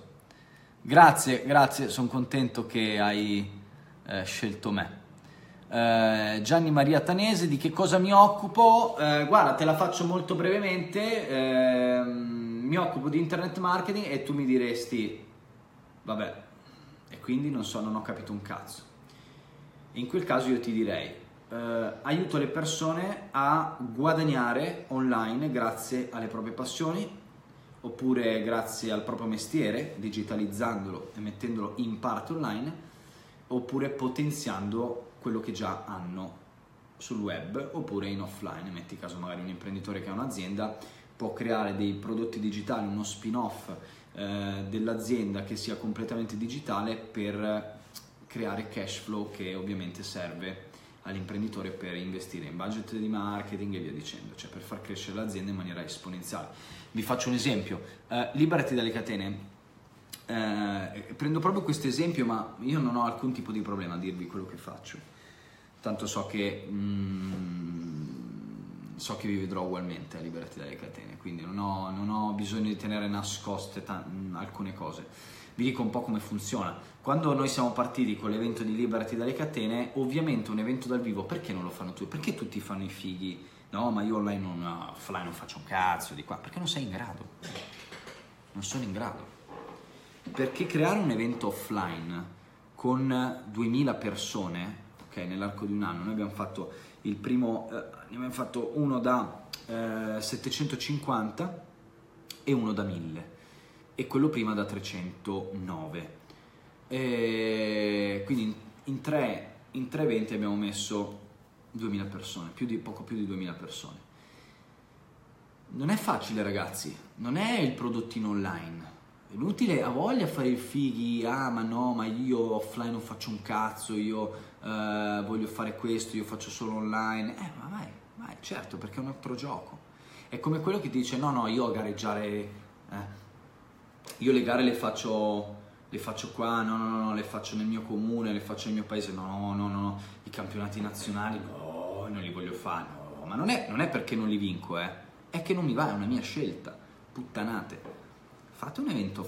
Grazie, sono contento che hai scelto me. Gianni Maria Tanese, di che cosa mi occupo? Guarda, te la faccio molto brevemente. Mi occupo di internet marketing e tu mi diresti: vabbè, e quindi non ho capito un cazzo. In quel caso io ti direi: aiuto le persone a guadagnare online grazie alle proprie passioni, oppure grazie al proprio mestiere, digitalizzandolo e mettendolo in parte online, oppure potenziando quello che già hanno sul web oppure in offline. Metti caso magari un imprenditore che ha un'azienda può creare dei prodotti digitali, uno spin-off dell'azienda che sia completamente digitale, per creare cash flow che ovviamente serve all'imprenditore per investire in budget di marketing e via dicendo, cioè per far crescere l'azienda in maniera esponenziale. Vi faccio un esempio: liberati dalle catene. Prendo proprio questo esempio, ma io non ho alcun tipo di problema a dirvi quello che faccio, tanto so che vi vedrò ugualmente a liberati dalle catene, quindi non ho bisogno di tenere nascoste alcune cose. Vi dico un po' come funziona. Quando noi siamo partiti con l'evento di Liberati dalle catene, ovviamente un evento dal vivo, perché non lo fanno tutti? Perché tutti fanno i fighi? No, ma io offline non faccio un cazzo di qua. Perché non sei in grado. Non sono in grado. Perché creare un evento offline con 2000 persone, ok, nell'arco di un anno, noi abbiamo fatto il primo, ne abbiamo fatto uno da 750 e uno da 1000 e quello prima da 309. Quindi in tre eventi abbiamo messo 2000 persone, poco più di 2000 persone. Non è facile, ragazzi, non è il prodottino online. È inutile, ha voglia fare il fighi, ma no, ma io offline non faccio un cazzo, io voglio fare questo, io faccio solo online. Ma vai, certo, perché è un altro gioco. È come quello che ti dice, no, io a gareggiare, io le gare le faccio qua, no, le faccio nel mio comune, le faccio nel mio paese, no, i campionati nazionali, no, non li voglio fare, no. Ma non è perché non li vinco, è che non mi va, è una mia scelta, puttanate. Fate un evento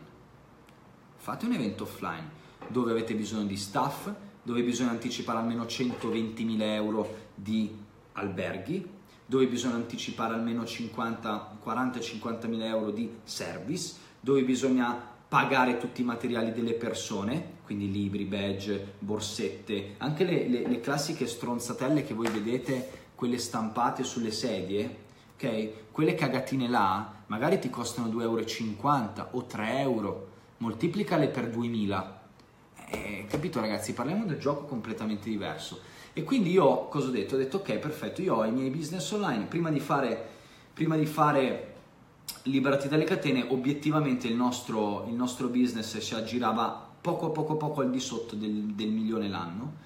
offline dove avete bisogno di staff, dove bisogna anticipare almeno 120.000 euro di alberghi, dove bisogna anticipare almeno 40-50.000 euro di service, dove bisogna pagare tutti i materiali delle persone, quindi libri, badge, borsette, anche le classiche stronzatelle che voi vedete, quelle stampate sulle sedie, ok? Quelle cagatine là magari ti costano 2,50 euro o 3 euro, moltiplicale per 2000. Capito, ragazzi? Parliamo del gioco completamente diverso. E quindi io cosa ho detto? Ho detto ok, perfetto, io ho i miei business online. Prima di fare Liberati dalle catene, obiettivamente il nostro business si aggirava poco al di sotto del 1.000.000 l'anno.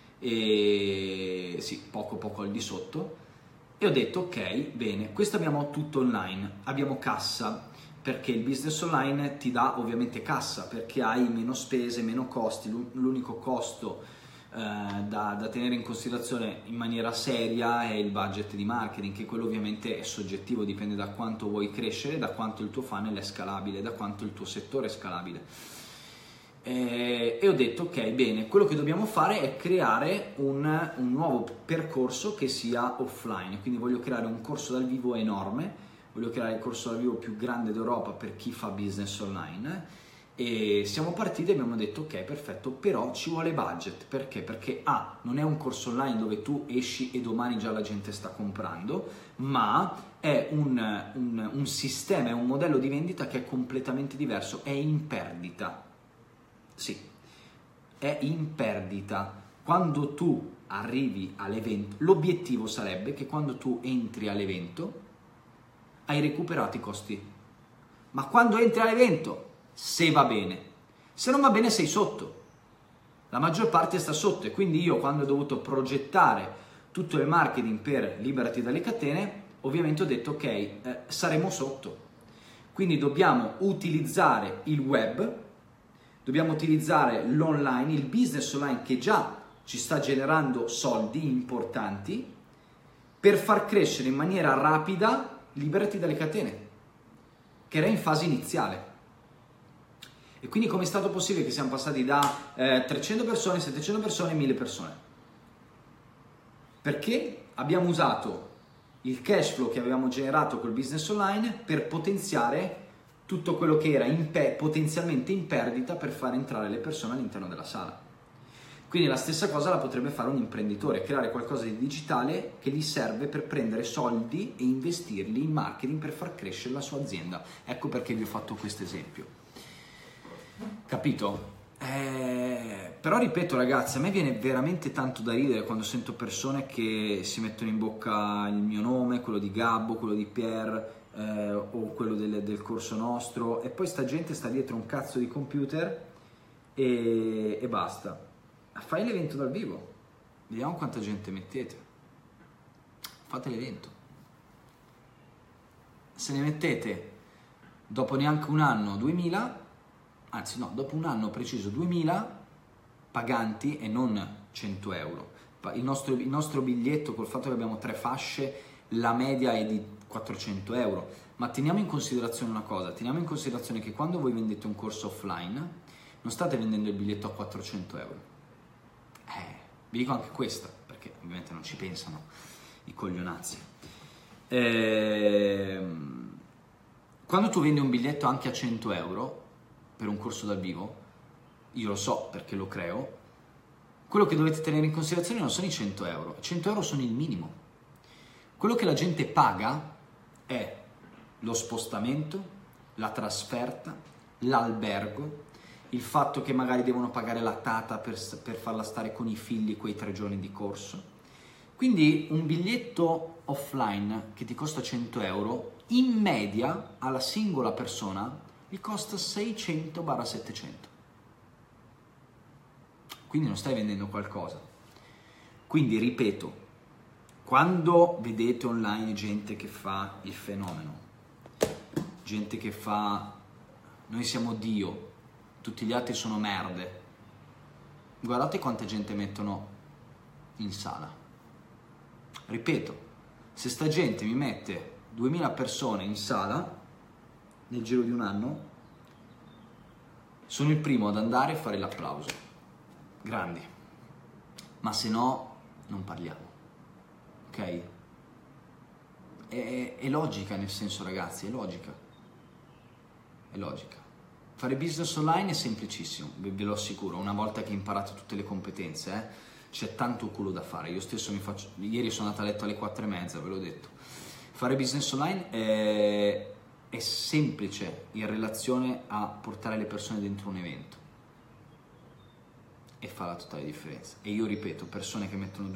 E sì, poco al di sotto. E ho detto ok, bene, questo abbiamo tutto online, abbiamo cassa, perché il business online ti dà ovviamente cassa, perché hai meno spese, meno costi. L'unico costo da tenere in considerazione in maniera seria è il budget di marketing, che quello ovviamente è soggettivo, dipende da quanto vuoi crescere, da quanto il tuo funnel è scalabile, da quanto il tuo settore è scalabile. E ho detto ok, bene, quello che dobbiamo fare è creare un nuovo percorso che sia offline, quindi voglio creare un corso dal vivo enorme, voglio creare il corso dal vivo più grande d'Europa per chi fa business online. E siamo partiti e abbiamo detto ok, perfetto, però ci vuole budget. Perché? Perché non è un corso online dove tu esci e domani già la gente sta comprando, ma è un sistema, è un modello di vendita che è completamente diverso, è in perdita. Sì, è in perdita. Quando tu arrivi all'evento, l'obiettivo sarebbe che quando tu entri all'evento hai recuperato i costi. Ma quando entri all'evento, se va bene, se non va bene sei sotto. La maggior parte sta sotto, e quindi io, quando ho dovuto progettare tutto il marketing per Liberati dalle catene, ovviamente ho detto ok, saremo sotto. Quindi dobbiamo utilizzare il web, dobbiamo utilizzare l'online, il business online che già ci sta generando soldi importanti, per far crescere in maniera rapida Liberati dalle catene, che era in fase iniziale. E quindi come è stato possibile che siamo passati da 300 persone, 700 persone, 1000 persone? Perché abbiamo usato il cash flow che avevamo generato col business online per potenziare tutto quello che era potenzialmente in perdita, per far entrare le persone all'interno della sala. Quindi la stessa cosa la potrebbe fare un imprenditore, creare qualcosa di digitale che gli serve per prendere soldi e investirli in marketing per far crescere la sua azienda. Ecco perché vi ho fatto questo esempio. Capito? Però ripeto, ragazzi, a me viene veramente tanto da ridere quando sento persone che si mettono in bocca il mio nome, quello di Gabbo, quello di Pierre, o quello del corso nostro, e poi sta gente sta dietro un cazzo di computer e basta. Fai l'evento dal vivo, vediamo quanta gente mettete, fate l'evento. Se ne mettete dopo neanche un anno 2000, anzi no, dopo un anno preciso 2000 paganti e non 100 euro. Il nostro biglietto, col fatto che abbiamo 3 fasce, la media è di 400 euro. Ma teniamo in considerazione una cosa, teniamo in considerazione che quando voi vendete un corso offline non state vendendo il biglietto a 400 euro. Vi dico anche questa, perché ovviamente non ci pensano i coglionazzi. Quando tu vendi un biglietto anche a 100 euro per un corso dal vivo, io lo so perché lo creo, quello che dovete tenere in considerazione non sono i 100 euro, 100 euro sono il minimo. Quello che la gente paga è lo spostamento, la trasferta, l'albergo, il fatto che magari devono pagare la tata per farla stare con i figli quei 3 giorni di corso. Quindi un biglietto offline che ti costa 100 euro, in media alla singola persona gli costa 600-700. Quindi non stai vendendo qualcosa. Quindi ripeto, quando vedete online gente che fa il fenomeno, gente che fa noi siamo Dio, tutti gli altri sono merde, guardate quanta gente mettono in sala. Ripeto, se sta gente mi mette 2000 persone in sala nel giro di un anno, sono il primo ad andare e fare l'applauso. Grandi. Ma se no, non parliamo. Ok? È logica, nel senso, ragazzi, è logica. È logica. Fare business online è semplicissimo, ve lo assicuro. Una volta che imparate tutte le competenze, c'è tanto culo da fare. Io stesso ieri sono andato a letto alle 4:30, ve l'ho detto. Fare business online è semplice in relazione a portare le persone dentro un evento. E fa la totale differenza. E io ripeto, persone che mettono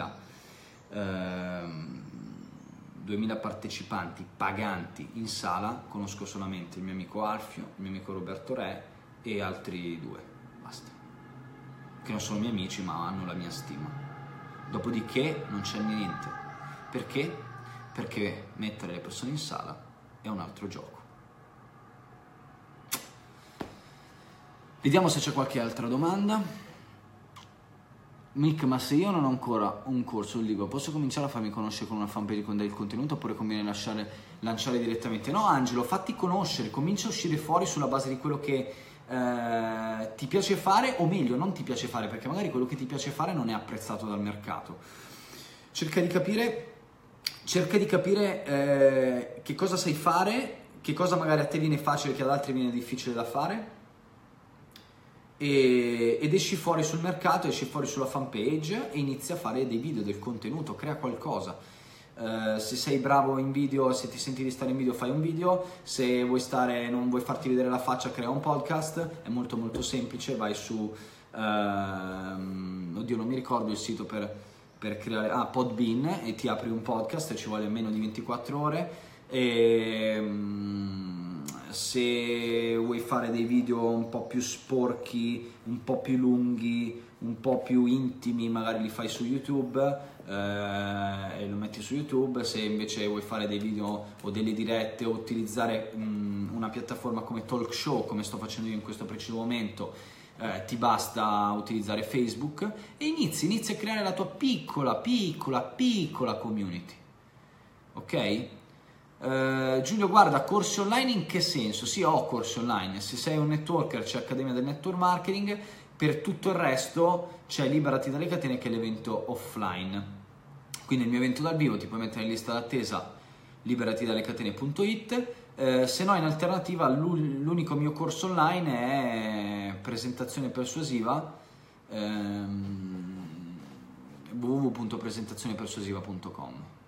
2000 partecipanti paganti in sala, conosco solamente il mio amico Alfio, il mio amico Roberto Re e altri 2, basta, che non sono miei amici ma hanno la mia stima. Dopodiché non c'è niente. Perché? Perché mettere le persone in sala è un altro gioco. Vediamo se c'è qualche altra domanda. Mick, ma se io non ho ancora un corso, un libro, posso cominciare a farmi conoscere con una fanpage con del contenuto oppure conviene lanciare direttamente? No Angelo, fatti conoscere, comincia a uscire fuori sulla base di quello che ti piace fare, o meglio, non ti piace fare, perché magari quello che ti piace fare non è apprezzato dal mercato. Cerca di capire che cosa sai fare, che cosa magari a te viene facile che ad altri viene difficile da fare, ed esci fuori sul mercato, esci fuori sulla fanpage e inizi a fare dei video, del contenuto, crea qualcosa. Se sei bravo in video, se ti senti di stare in video, fai un video. Se non vuoi farti vedere la faccia, crea un podcast. È molto molto semplice. Vai su oddio, non mi ricordo il sito per creare Podbean, e ti apri un podcast e ci vuole meno di 24 ore. Se vuoi fare dei video un po' più sporchi, un po' più lunghi, un po' più intimi, magari li fai su YouTube e lo metti su YouTube. Se invece vuoi fare dei video o delle dirette o utilizzare una piattaforma come talk show, come sto facendo io in questo preciso momento, ti basta utilizzare Facebook e inizi a creare la tua piccola community. Ok? Giulio, guarda, corsi online in che senso? Sì, ho corsi online. Se sei un networker c'è Accademia del Network Marketing, per tutto il resto c'è Liberati dalle catene, che è l'evento offline. Quindi il mio evento dal vivo ti puoi mettere in lista d'attesa liberatidallecatene.it. Se no, in alternativa, l'unico mio corso online è presentazione persuasiva, www.presentazionepersuasiva.com.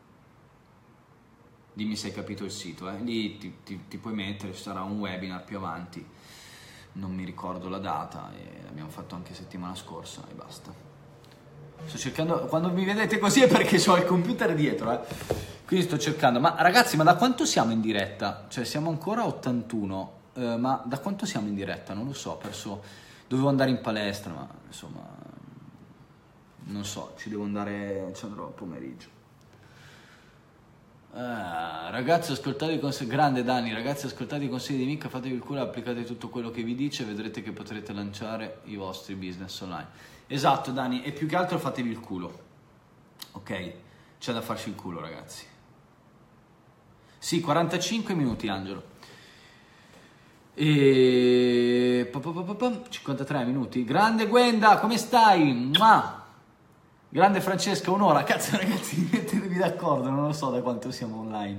Dimmi se hai capito il sito, lì ti puoi mettere, ci sarà un webinar più avanti, non mi ricordo la data, e l'abbiamo fatto anche settimana scorsa e basta. Sto cercando, quando mi vedete così è perché ho il computer dietro, quindi sto cercando. Ma ragazzi, ma da quanto siamo in diretta? Cioè siamo ancora a 81, ma da quanto siamo in diretta? Non lo so, dovevo andare in palestra, ma insomma, non so, ci andrò a pomeriggio. Ragazzi, ascoltate i consigli, grande Dani, ragazzi, ascoltate i consigli di Mick, fatevi il culo, applicate tutto quello che vi dice e vedrete che potrete lanciare i vostri business online. Esatto Dani, e più che altro fatevi il culo, ok? C'è da farci il culo, ragazzi. Sì, 45 minuti, Angelo. E 53 minuti. Grande Gwenda, come stai? Mua! Grande Francesca, un'ora. Cazzo ragazzi, mettetevi d'accordo, non lo so da quanto siamo online.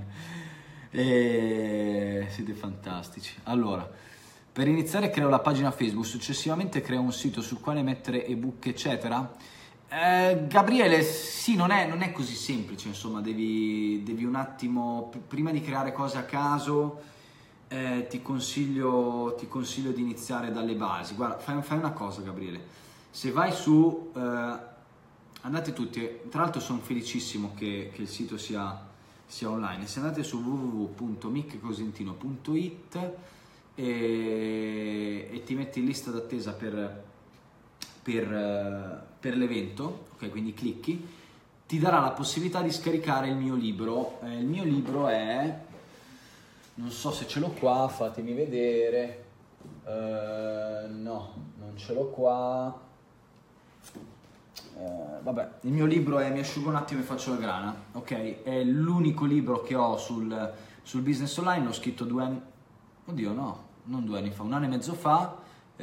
Siete fantastici. Allora, per iniziare creo la pagina Facebook, successivamente creo un sito sul quale mettere ebook eccetera. Gabriele, sì, non è così semplice, insomma, devi un attimo, prima di creare cose a caso, ti consiglio di iniziare dalle basi. Guarda, fai una cosa, Gabriele, se vai su, andate tutti, tra l'altro sono felicissimo che il sito sia online, se andate su www.miccosentino.it e ti metti in lista d'attesa per l'evento, ok, quindi clicchi, ti darà la possibilità di scaricare il mio libro. Il mio libro è, non so se ce l'ho qua, fatemi vedere, no, non ce l'ho qua, vabbè, il mio libro è Mi asciugo un attimo e faccio la grana, ok, è l'unico libro che ho sul business online, l'ho scritto 2 anni, oddio no, non 2 anni fa, 1 anno e mezzo fa,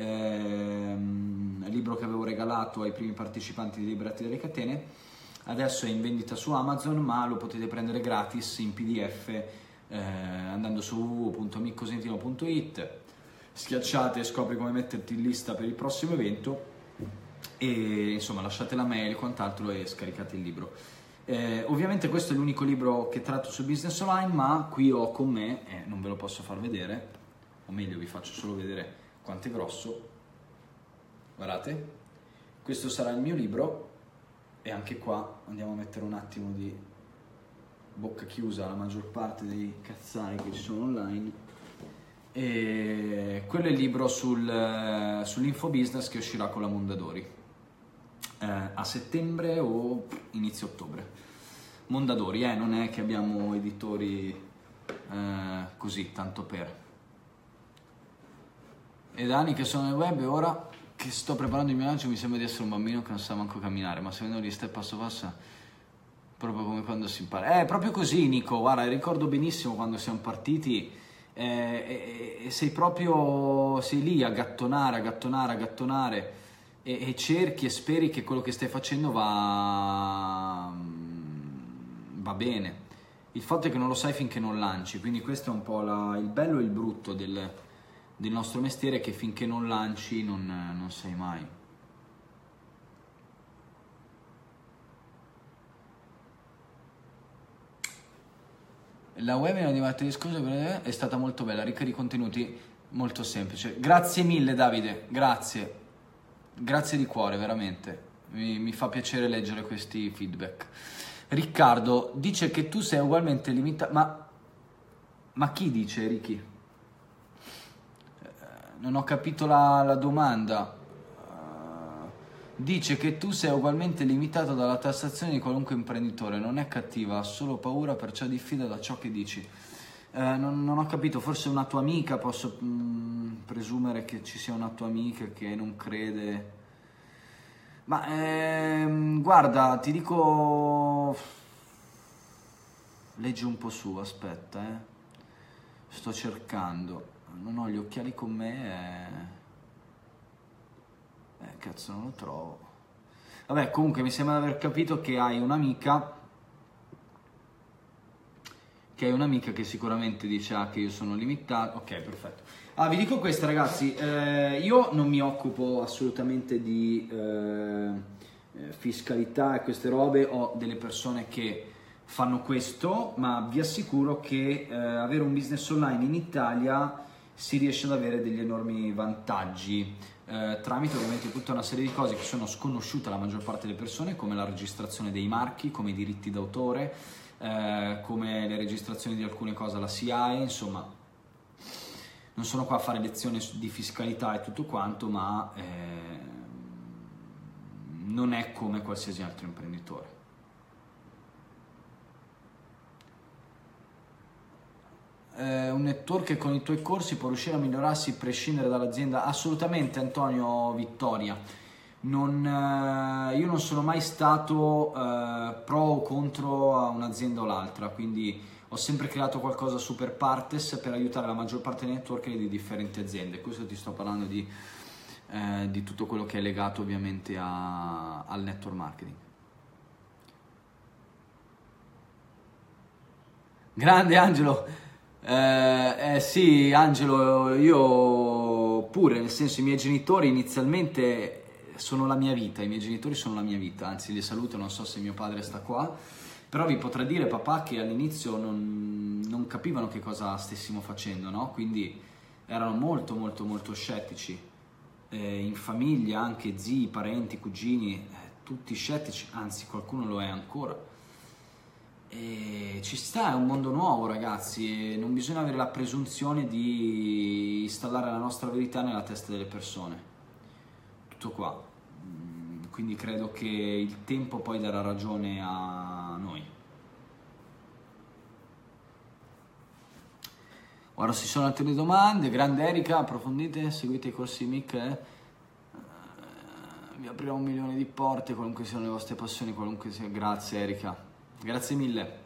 il libro che avevo regalato ai primi partecipanti di Liberati dalle Catene. Adesso è in vendita su Amazon, ma lo potete prendere gratis in PDF andando su www.miccosentino.it, schiacciate e scopri come metterti in lista per il prossimo evento e insomma lasciate la mail e quant'altro e scaricate il libro. Ovviamente questo è l'unico libro che tratto sul business online, ma qui ho con me, non ve lo posso far vedere, o meglio vi faccio solo vedere quanto è grosso. Guardate, questo sarà il mio libro e anche qua andiamo a mettere un attimo di bocca chiusa alla maggior parte dei cazzari che ci sono online. E quello è il libro sull'infobusiness che uscirà con la Mondadori a settembre o inizio ottobre. Mondadori, non è che abbiamo editori così, tanto per. E da anni che sono nel web e ora che sto preparando il mio lancio mi sembra di essere un bambino che non sa manco camminare, ma seguendo gli step passo passo, proprio come quando si impara. È proprio così, Nico, guarda, ricordo benissimo quando siamo partiti e sei lì a gattonare e cerchi e speri che quello che stai facendo va bene. Il fatto è che non lo sai finché non lanci, quindi questo è un po' il bello e il brutto del nostro mestiere, che finché non lanci non sai mai. La webinar di martedì scorso è stata molto bella, ricca di contenuti, molto semplice. Grazie mille Davide, grazie di cuore, veramente, mi fa piacere leggere questi feedback. Riccardo dice che tu sei ugualmente limitato, ma chi dice, Ricky? Non ho capito la domanda. Dice che tu sei ugualmente limitato dalla tassazione di qualunque imprenditore. Non è cattiva, ha solo paura, perciò diffida da ciò che dici. Non ho capito, forse una tua amica, posso presumere che ci sia una tua amica che non crede. Ma guarda, ti dico, leggi un po' su, aspetta, sto cercando. Non ho gli occhiali con me cazzo, non lo trovo. Vabbè, comunque mi sembra di aver capito che hai un'amica che sicuramente dice che io sono limitato. Ok, perfetto. Vi dico questo, ragazzi, io non mi occupo assolutamente di fiscalità e queste robe, ho delle persone che fanno questo, ma vi assicuro che avere un business online in Italia si riesce ad avere degli enormi vantaggi tramite ovviamente tutta una serie di cose che sono sconosciute alla maggior parte delle persone, come la registrazione dei marchi, come i diritti d'autore, come le registrazioni di alcune cose alla SIAE. Insomma, non sono qua a fare lezioni di fiscalità e tutto quanto, ma non è come qualsiasi altro imprenditore. Un network che con i tuoi corsi può riuscire a migliorarsi a prescindere dall'azienda? Assolutamente, Antonio Vittoria. Io non sono mai stato pro o contro a un'azienda o l'altra, quindi ho sempre creato qualcosa super partes per aiutare la maggior parte dei network di differenti aziende. Questo ti sto parlando di tutto quello che è legato ovviamente al network marketing. Grande Angelo, sì Angelo, io pure, nel senso, i miei genitori inizialmente sono la mia vita, i miei genitori sono la mia vita, anzi li saluto, non so se mio padre sta qua, però vi potrà dire papà che all'inizio non capivano che cosa stessimo facendo, no? Quindi erano molto molto molto scettici, in famiglia anche zii, parenti, cugini, tutti scettici, anzi qualcuno lo è ancora. E ci sta, è un mondo nuovo ragazzi, e non bisogna avere la presunzione di installare la nostra verità nella testa delle persone, tutto qua. Quindi credo che il tempo poi darà ragione a noi. Ora si sono altre domande. Grande Erika, approfondite, seguite i corsi MIC, vi aprirà 1 milione di porte, qualunque siano le vostre passioni, qualunque sia. Grazie Erika. Grazie mille.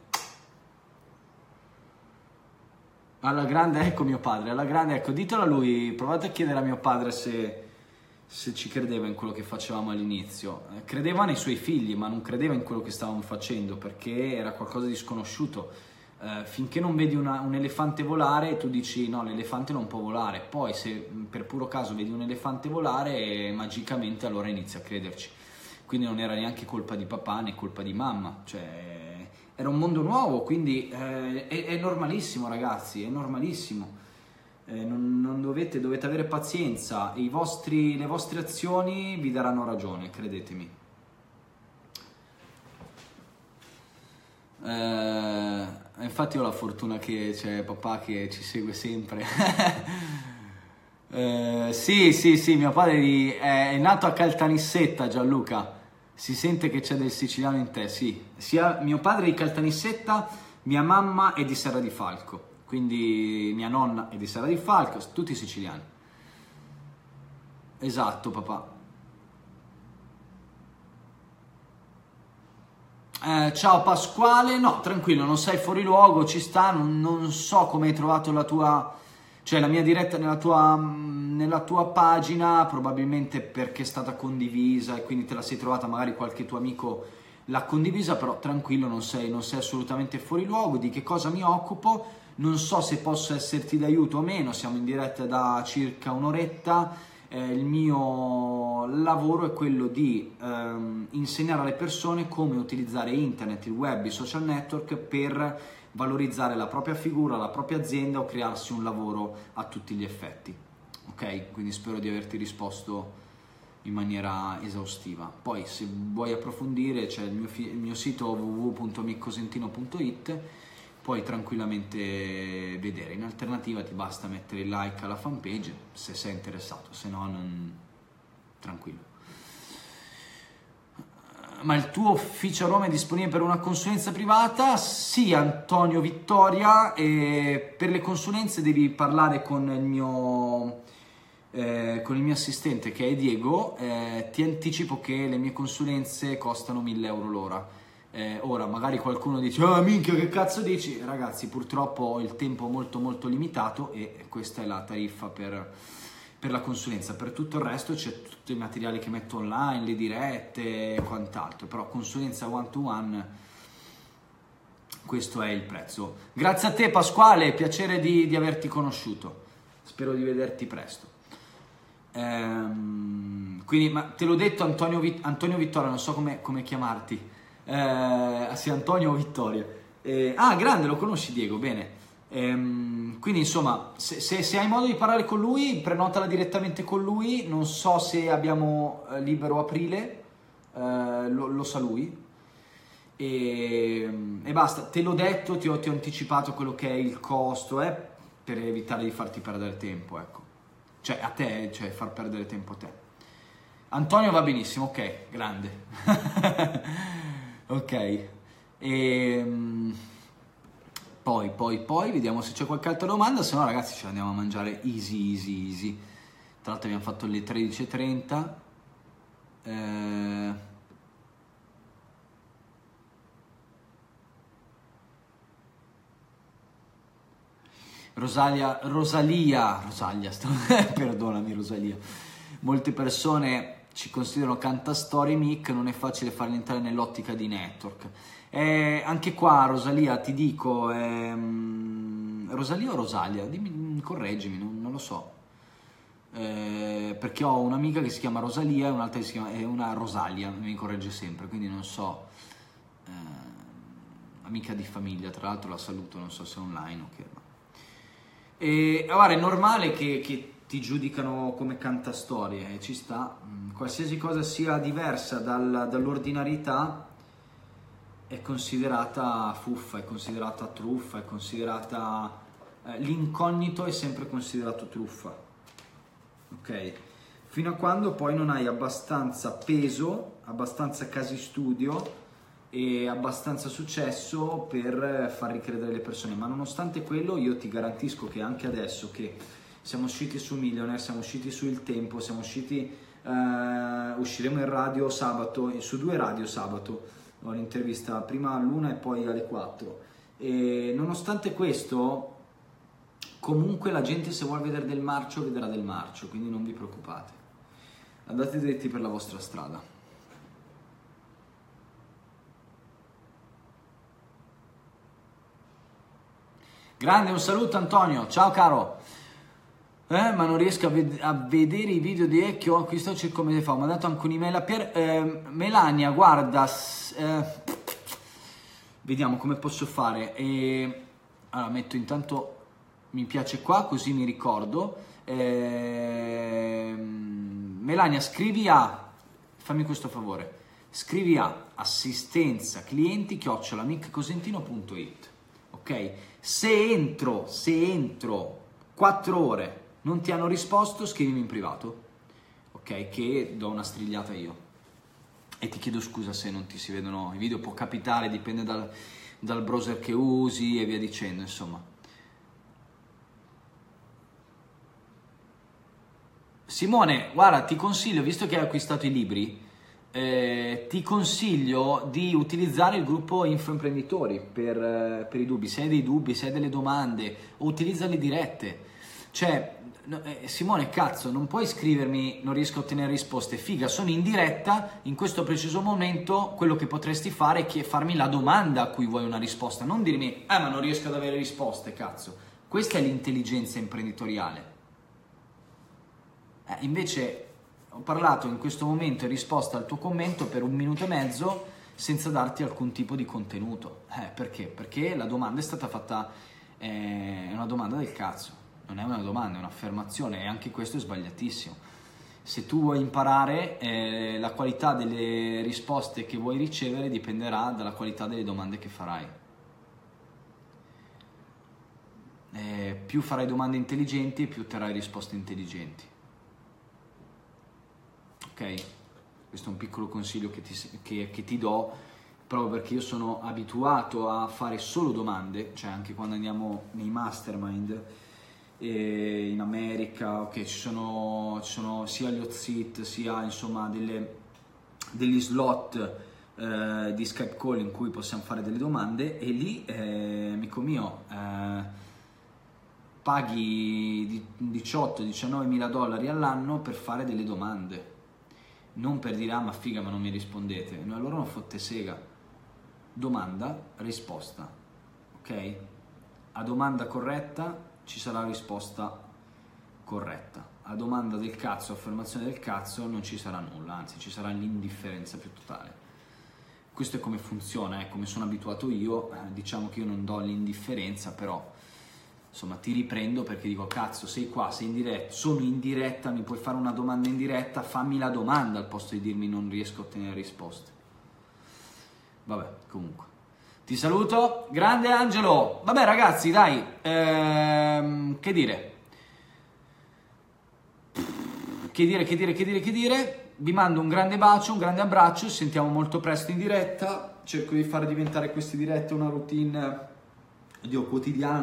Alla grande, ecco mio padre, alla grande, ecco, ditelo a lui, provate a chiedere a mio padre se ci credeva in quello che facevamo all'inizio. Credeva nei suoi figli, ma non credeva in quello che stavamo facendo, perché era qualcosa di sconosciuto. Finché non vedi un elefante volare, tu dici no, l'elefante non può volare. Poi se per puro caso vedi un elefante volare, magicamente allora inizi a crederci. Quindi non era neanche colpa di papà né colpa di mamma, cioè era un mondo nuovo, quindi è normalissimo ragazzi, è normalissimo, non dovete avere pazienza, le vostre azioni vi daranno ragione, credetemi. Infatti ho la fortuna che c'è papà che ci segue sempre. Sì, mio padre è nato a Caltanissetta, Gianluca. Si sente che c'è del siciliano in te, sì. Sia mio padre è di Caltanissetta, mia mamma è di Serra di Falco. Quindi mia nonna è di Serra di Falco, tutti siciliani. Esatto, papà. Ciao Pasquale, no, tranquillo, non sei fuori luogo, ci sta, non so come hai trovato cioè la mia diretta nella tua pagina, probabilmente perché è stata condivisa e quindi te la sei trovata, magari qualche tuo amico l'ha condivisa, però tranquillo, non sei assolutamente fuori luogo. Di che cosa mi occupo? Non so se posso esserti d'aiuto o meno, siamo in diretta da circa un'oretta. Il mio lavoro è quello di insegnare alle persone come utilizzare internet, il web, i social network per valorizzare la propria figura, la propria azienda o crearsi un lavoro a tutti gli effetti. Ok? Quindi spero di averti risposto in maniera esaustiva. Poi se vuoi approfondire c'è il mio sito www.miccosentino.it, puoi tranquillamente vedere. In alternativa ti basta mettere il like alla fanpage se sei interessato, se no tranquillo. Ma il tuo ufficio a Roma è disponibile per una consulenza privata? Sì, Antonio Vittoria, e per le consulenze devi parlare con il mio assistente che è Diego. Ti anticipo che le mie consulenze costano 1.000 euro l'ora. Ora magari qualcuno dice minchia che cazzo dici? Ragazzi, purtroppo ho il tempo molto molto limitato e questa è la tariffa per la consulenza. Per tutto il resto c'è tutti i materiali che metto online, le dirette e quant'altro, però consulenza one to one, questo è il prezzo. Grazie a te Pasquale, piacere di averti conosciuto, spero di vederti presto. Quindi, ma te l'ho detto, Antonio Vittoria, non so come chiamarti. Sì, Antonio Vittoria. Grande, lo conosci Diego, bene. Quindi insomma, se hai modo di parlare con lui, prenotala direttamente con lui. Non so se abbiamo libero aprile, lo sa lui. E basta, te l'ho detto, ti ho anticipato quello che è il costo, per evitare di farti perdere tempo, ecco. Cioè a te, cioè far perdere tempo a te. Antonio va benissimo, ok, grande. Ok. Poi vediamo se c'è qualche altra domanda, se no ragazzi ce la andiamo a mangiare easy. Tra l'altro abbiamo fatto le 13:30. Rosalia, perdonami Rosalia. Molte persone ci considerano cantastorie, Mick, non è facile farli entrare nell'ottica di network. Anche qua Rosalia, ti dico, Rosalia o Rosalia? Dimmi, correggimi, non lo so. Perché ho un'amica che si chiama Rosalia e un'altra che si chiama, una Rosalia, mi corregge sempre, quindi non so. Amica di famiglia, tra l'altro la saluto, non so se è online o che. Allora, è normale che ti giudicano come cantastorie, ci sta. Qualsiasi cosa sia diversa dall'ordinarietà è considerata fuffa, è considerata truffa, è considerata... l'incognito è sempre considerato truffa, ok? Fino a quando poi non hai abbastanza peso, abbastanza casi studio e abbastanza successo per far ricredere le persone. Ma nonostante quello, io ti garantisco che anche adesso che siamo usciti su Millionaire, siamo usciti su Il Tempo, siamo usciti, usciremo in radio sabato, su 2 radio sabato, ho l'intervista prima all'1 e poi alle 4, e nonostante questo comunque la gente, se vuole vedere del marcio, vedrà del marcio, quindi non vi preoccupate, andate dritti per la vostra strada. Grande, un saluto Antonio, ciao caro. Ma non riesco a vedere i video di Ecchio, qui sto cercando come si fa, ho mandato anche un'email a Melania, guarda, vediamo come posso fare. Allora metto intanto, mi piace qua, così mi ricordo. Melania, scrivi a, fammi questo favore, scrivi a assistenza clienti @miccosentino.it, ok? Se entro 4 ore non ti hanno risposto, scrivimi in privato, ok? Che do una strigliata io. E ti chiedo scusa se non ti si vedono i video, può capitare, dipende dal browser che usi e via dicendo, insomma. Simone, guarda, ti consiglio, visto che hai acquistato i libri, ti consiglio di utilizzare il gruppo Infoimprenditori per i dubbi. Se hai dei dubbi, se hai delle domande, o utilizza le dirette. Cioè, Simone, cazzo, non puoi scrivermi non riesco a ottenere risposte. Figa, sono in diretta, in questo preciso momento quello che potresti fare è farmi la domanda a cui vuoi una risposta, non dirmi ma non riesco ad avere risposte, cazzo. Questa è l'intelligenza imprenditoriale. Invece ho parlato in questo momento in risposta al tuo commento per 1 minuto e mezzo senza darti alcun tipo di contenuto. Perché? Perché la domanda è stata fatta, è una domanda del cazzo, non è una domanda, è un'affermazione, e anche questo è sbagliatissimo. Se tu vuoi imparare, la qualità delle risposte che vuoi ricevere dipenderà dalla qualità delle domande che farai. Più farai domande intelligenti, più otterrai risposte intelligenti. Ok? Questo è un piccolo consiglio che ti do, proprio perché io sono abituato a fare solo domande, cioè anche quando andiamo nei mastermind in America, ok, ci sono sia gli hot seat, sia insomma degli slot di Skype call in cui possiamo fare delle domande, e lì, amico mio, paghi 18-19 mila dollari all'anno per fare delle domande. Non per dire ma figa, ma non mi rispondete. No, allora non fotte sega. Domanda, risposta, ok? A domanda corretta ci sarà risposta corretta. A domanda del cazzo, affermazione del cazzo, non ci sarà nulla, anzi ci sarà l'indifferenza più totale. Questo è come funziona, come sono abituato io. Diciamo che io non do l'indifferenza, però insomma ti riprendo perché dico cazzo, sei qua, sei in diretta, sono in diretta, mi puoi fare una domanda in diretta, fammi la domanda al posto di dirmi non riesco a ottenere risposte. Vabbè, comunque ti saluto, grande Angelo. Vabbè ragazzi, dai, che dire, vi mando un grande bacio, un grande abbraccio, ci sentiamo molto presto in diretta. Cerco di far diventare queste dirette una routine quotidiana,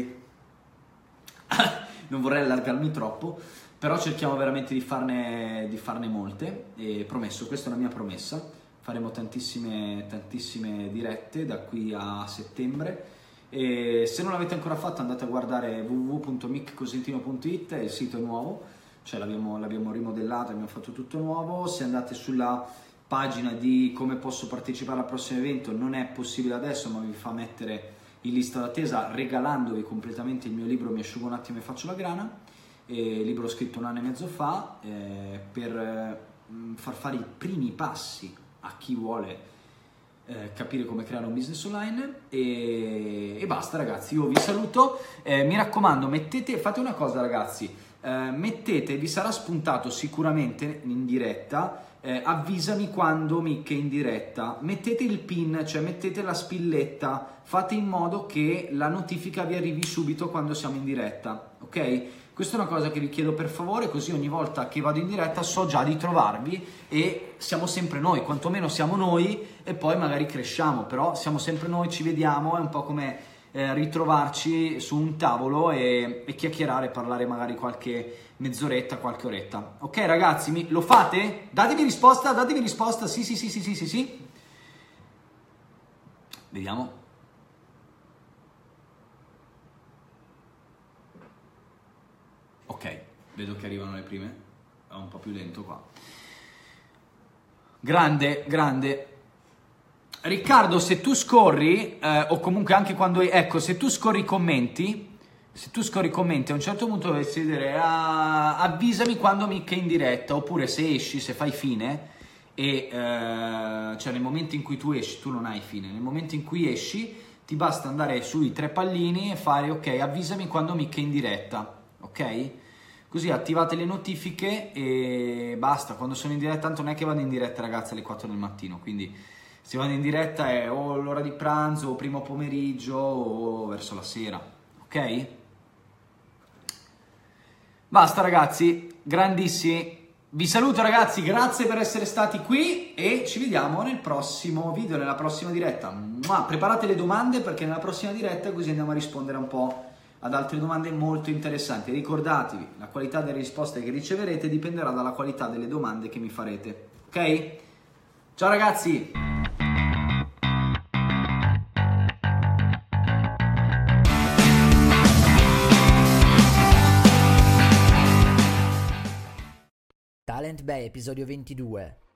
non vorrei allargarmi troppo, però cerchiamo veramente di farne molte, e promesso, questa è una mia promessa, faremo tantissime dirette da qui a settembre, E se non l'avete ancora fatto andate a guardare www.miccosentino.it, il sito è nuovo, cioè l'abbiamo rimodellato, abbiamo fatto tutto nuovo. Se andate sulla pagina di come posso partecipare al prossimo evento, non è possibile adesso, ma vi fa mettere in lista d'attesa regalandovi completamente il mio libro Mi asciugo un attimo e faccio la grana, libro scritto 1 anno e mezzo fa, per far fare i primi passi a chi vuole capire come creare un business online. E basta ragazzi, io vi saluto, mi raccomando fate una cosa ragazzi, vi sarà spuntato sicuramente in diretta, avvisami quando Mick è in diretta, mettete il pin, cioè mettete la spilletta, fate in modo che la notifica vi arrivi subito quando siamo in diretta, ok? Questa è una cosa che vi chiedo per favore, così ogni volta che vado in diretta so già di trovarvi e siamo sempre noi, quantomeno siamo noi e poi magari cresciamo, però siamo sempre noi, ci vediamo, è un po' come ritrovarci su un tavolo e chiacchierare, parlare magari qualche mezz'oretta, qualche oretta. Ok ragazzi, lo fate? Datemi risposta, sì. Vediamo. Ok, vedo che arrivano le prime, è un po' più lento qua. Grande. Riccardo, se tu scorri, o comunque anche quando, ecco, se tu scorri i commenti, a un certo punto dovresti vedere avvisami quando Mick è in diretta, oppure se esci, se fai fine, e cioè nel momento in cui tu esci, tu non hai fine, nel momento in cui esci ti basta andare sui 3 pallini e fare ok, avvisami quando Mick è in diretta, ok? Così attivate le notifiche e basta. Quando sono in diretta, tanto non è che vado in diretta ragazzi alle 4 del mattino, quindi se vado in diretta è o l'ora di pranzo o primo pomeriggio o verso la sera, ok? Basta ragazzi, grandissimi, vi saluto ragazzi, grazie per essere stati qui e ci vediamo nel prossimo video, nella prossima diretta. Preparate le domande perché nella prossima diretta così andiamo a rispondere un po' ad altre domande molto interessanti. Ricordatevi, la qualità delle risposte che riceverete dipenderà dalla qualità delle domande che mi farete, ok? Ciao ragazzi! Talent Bay, episodio 22.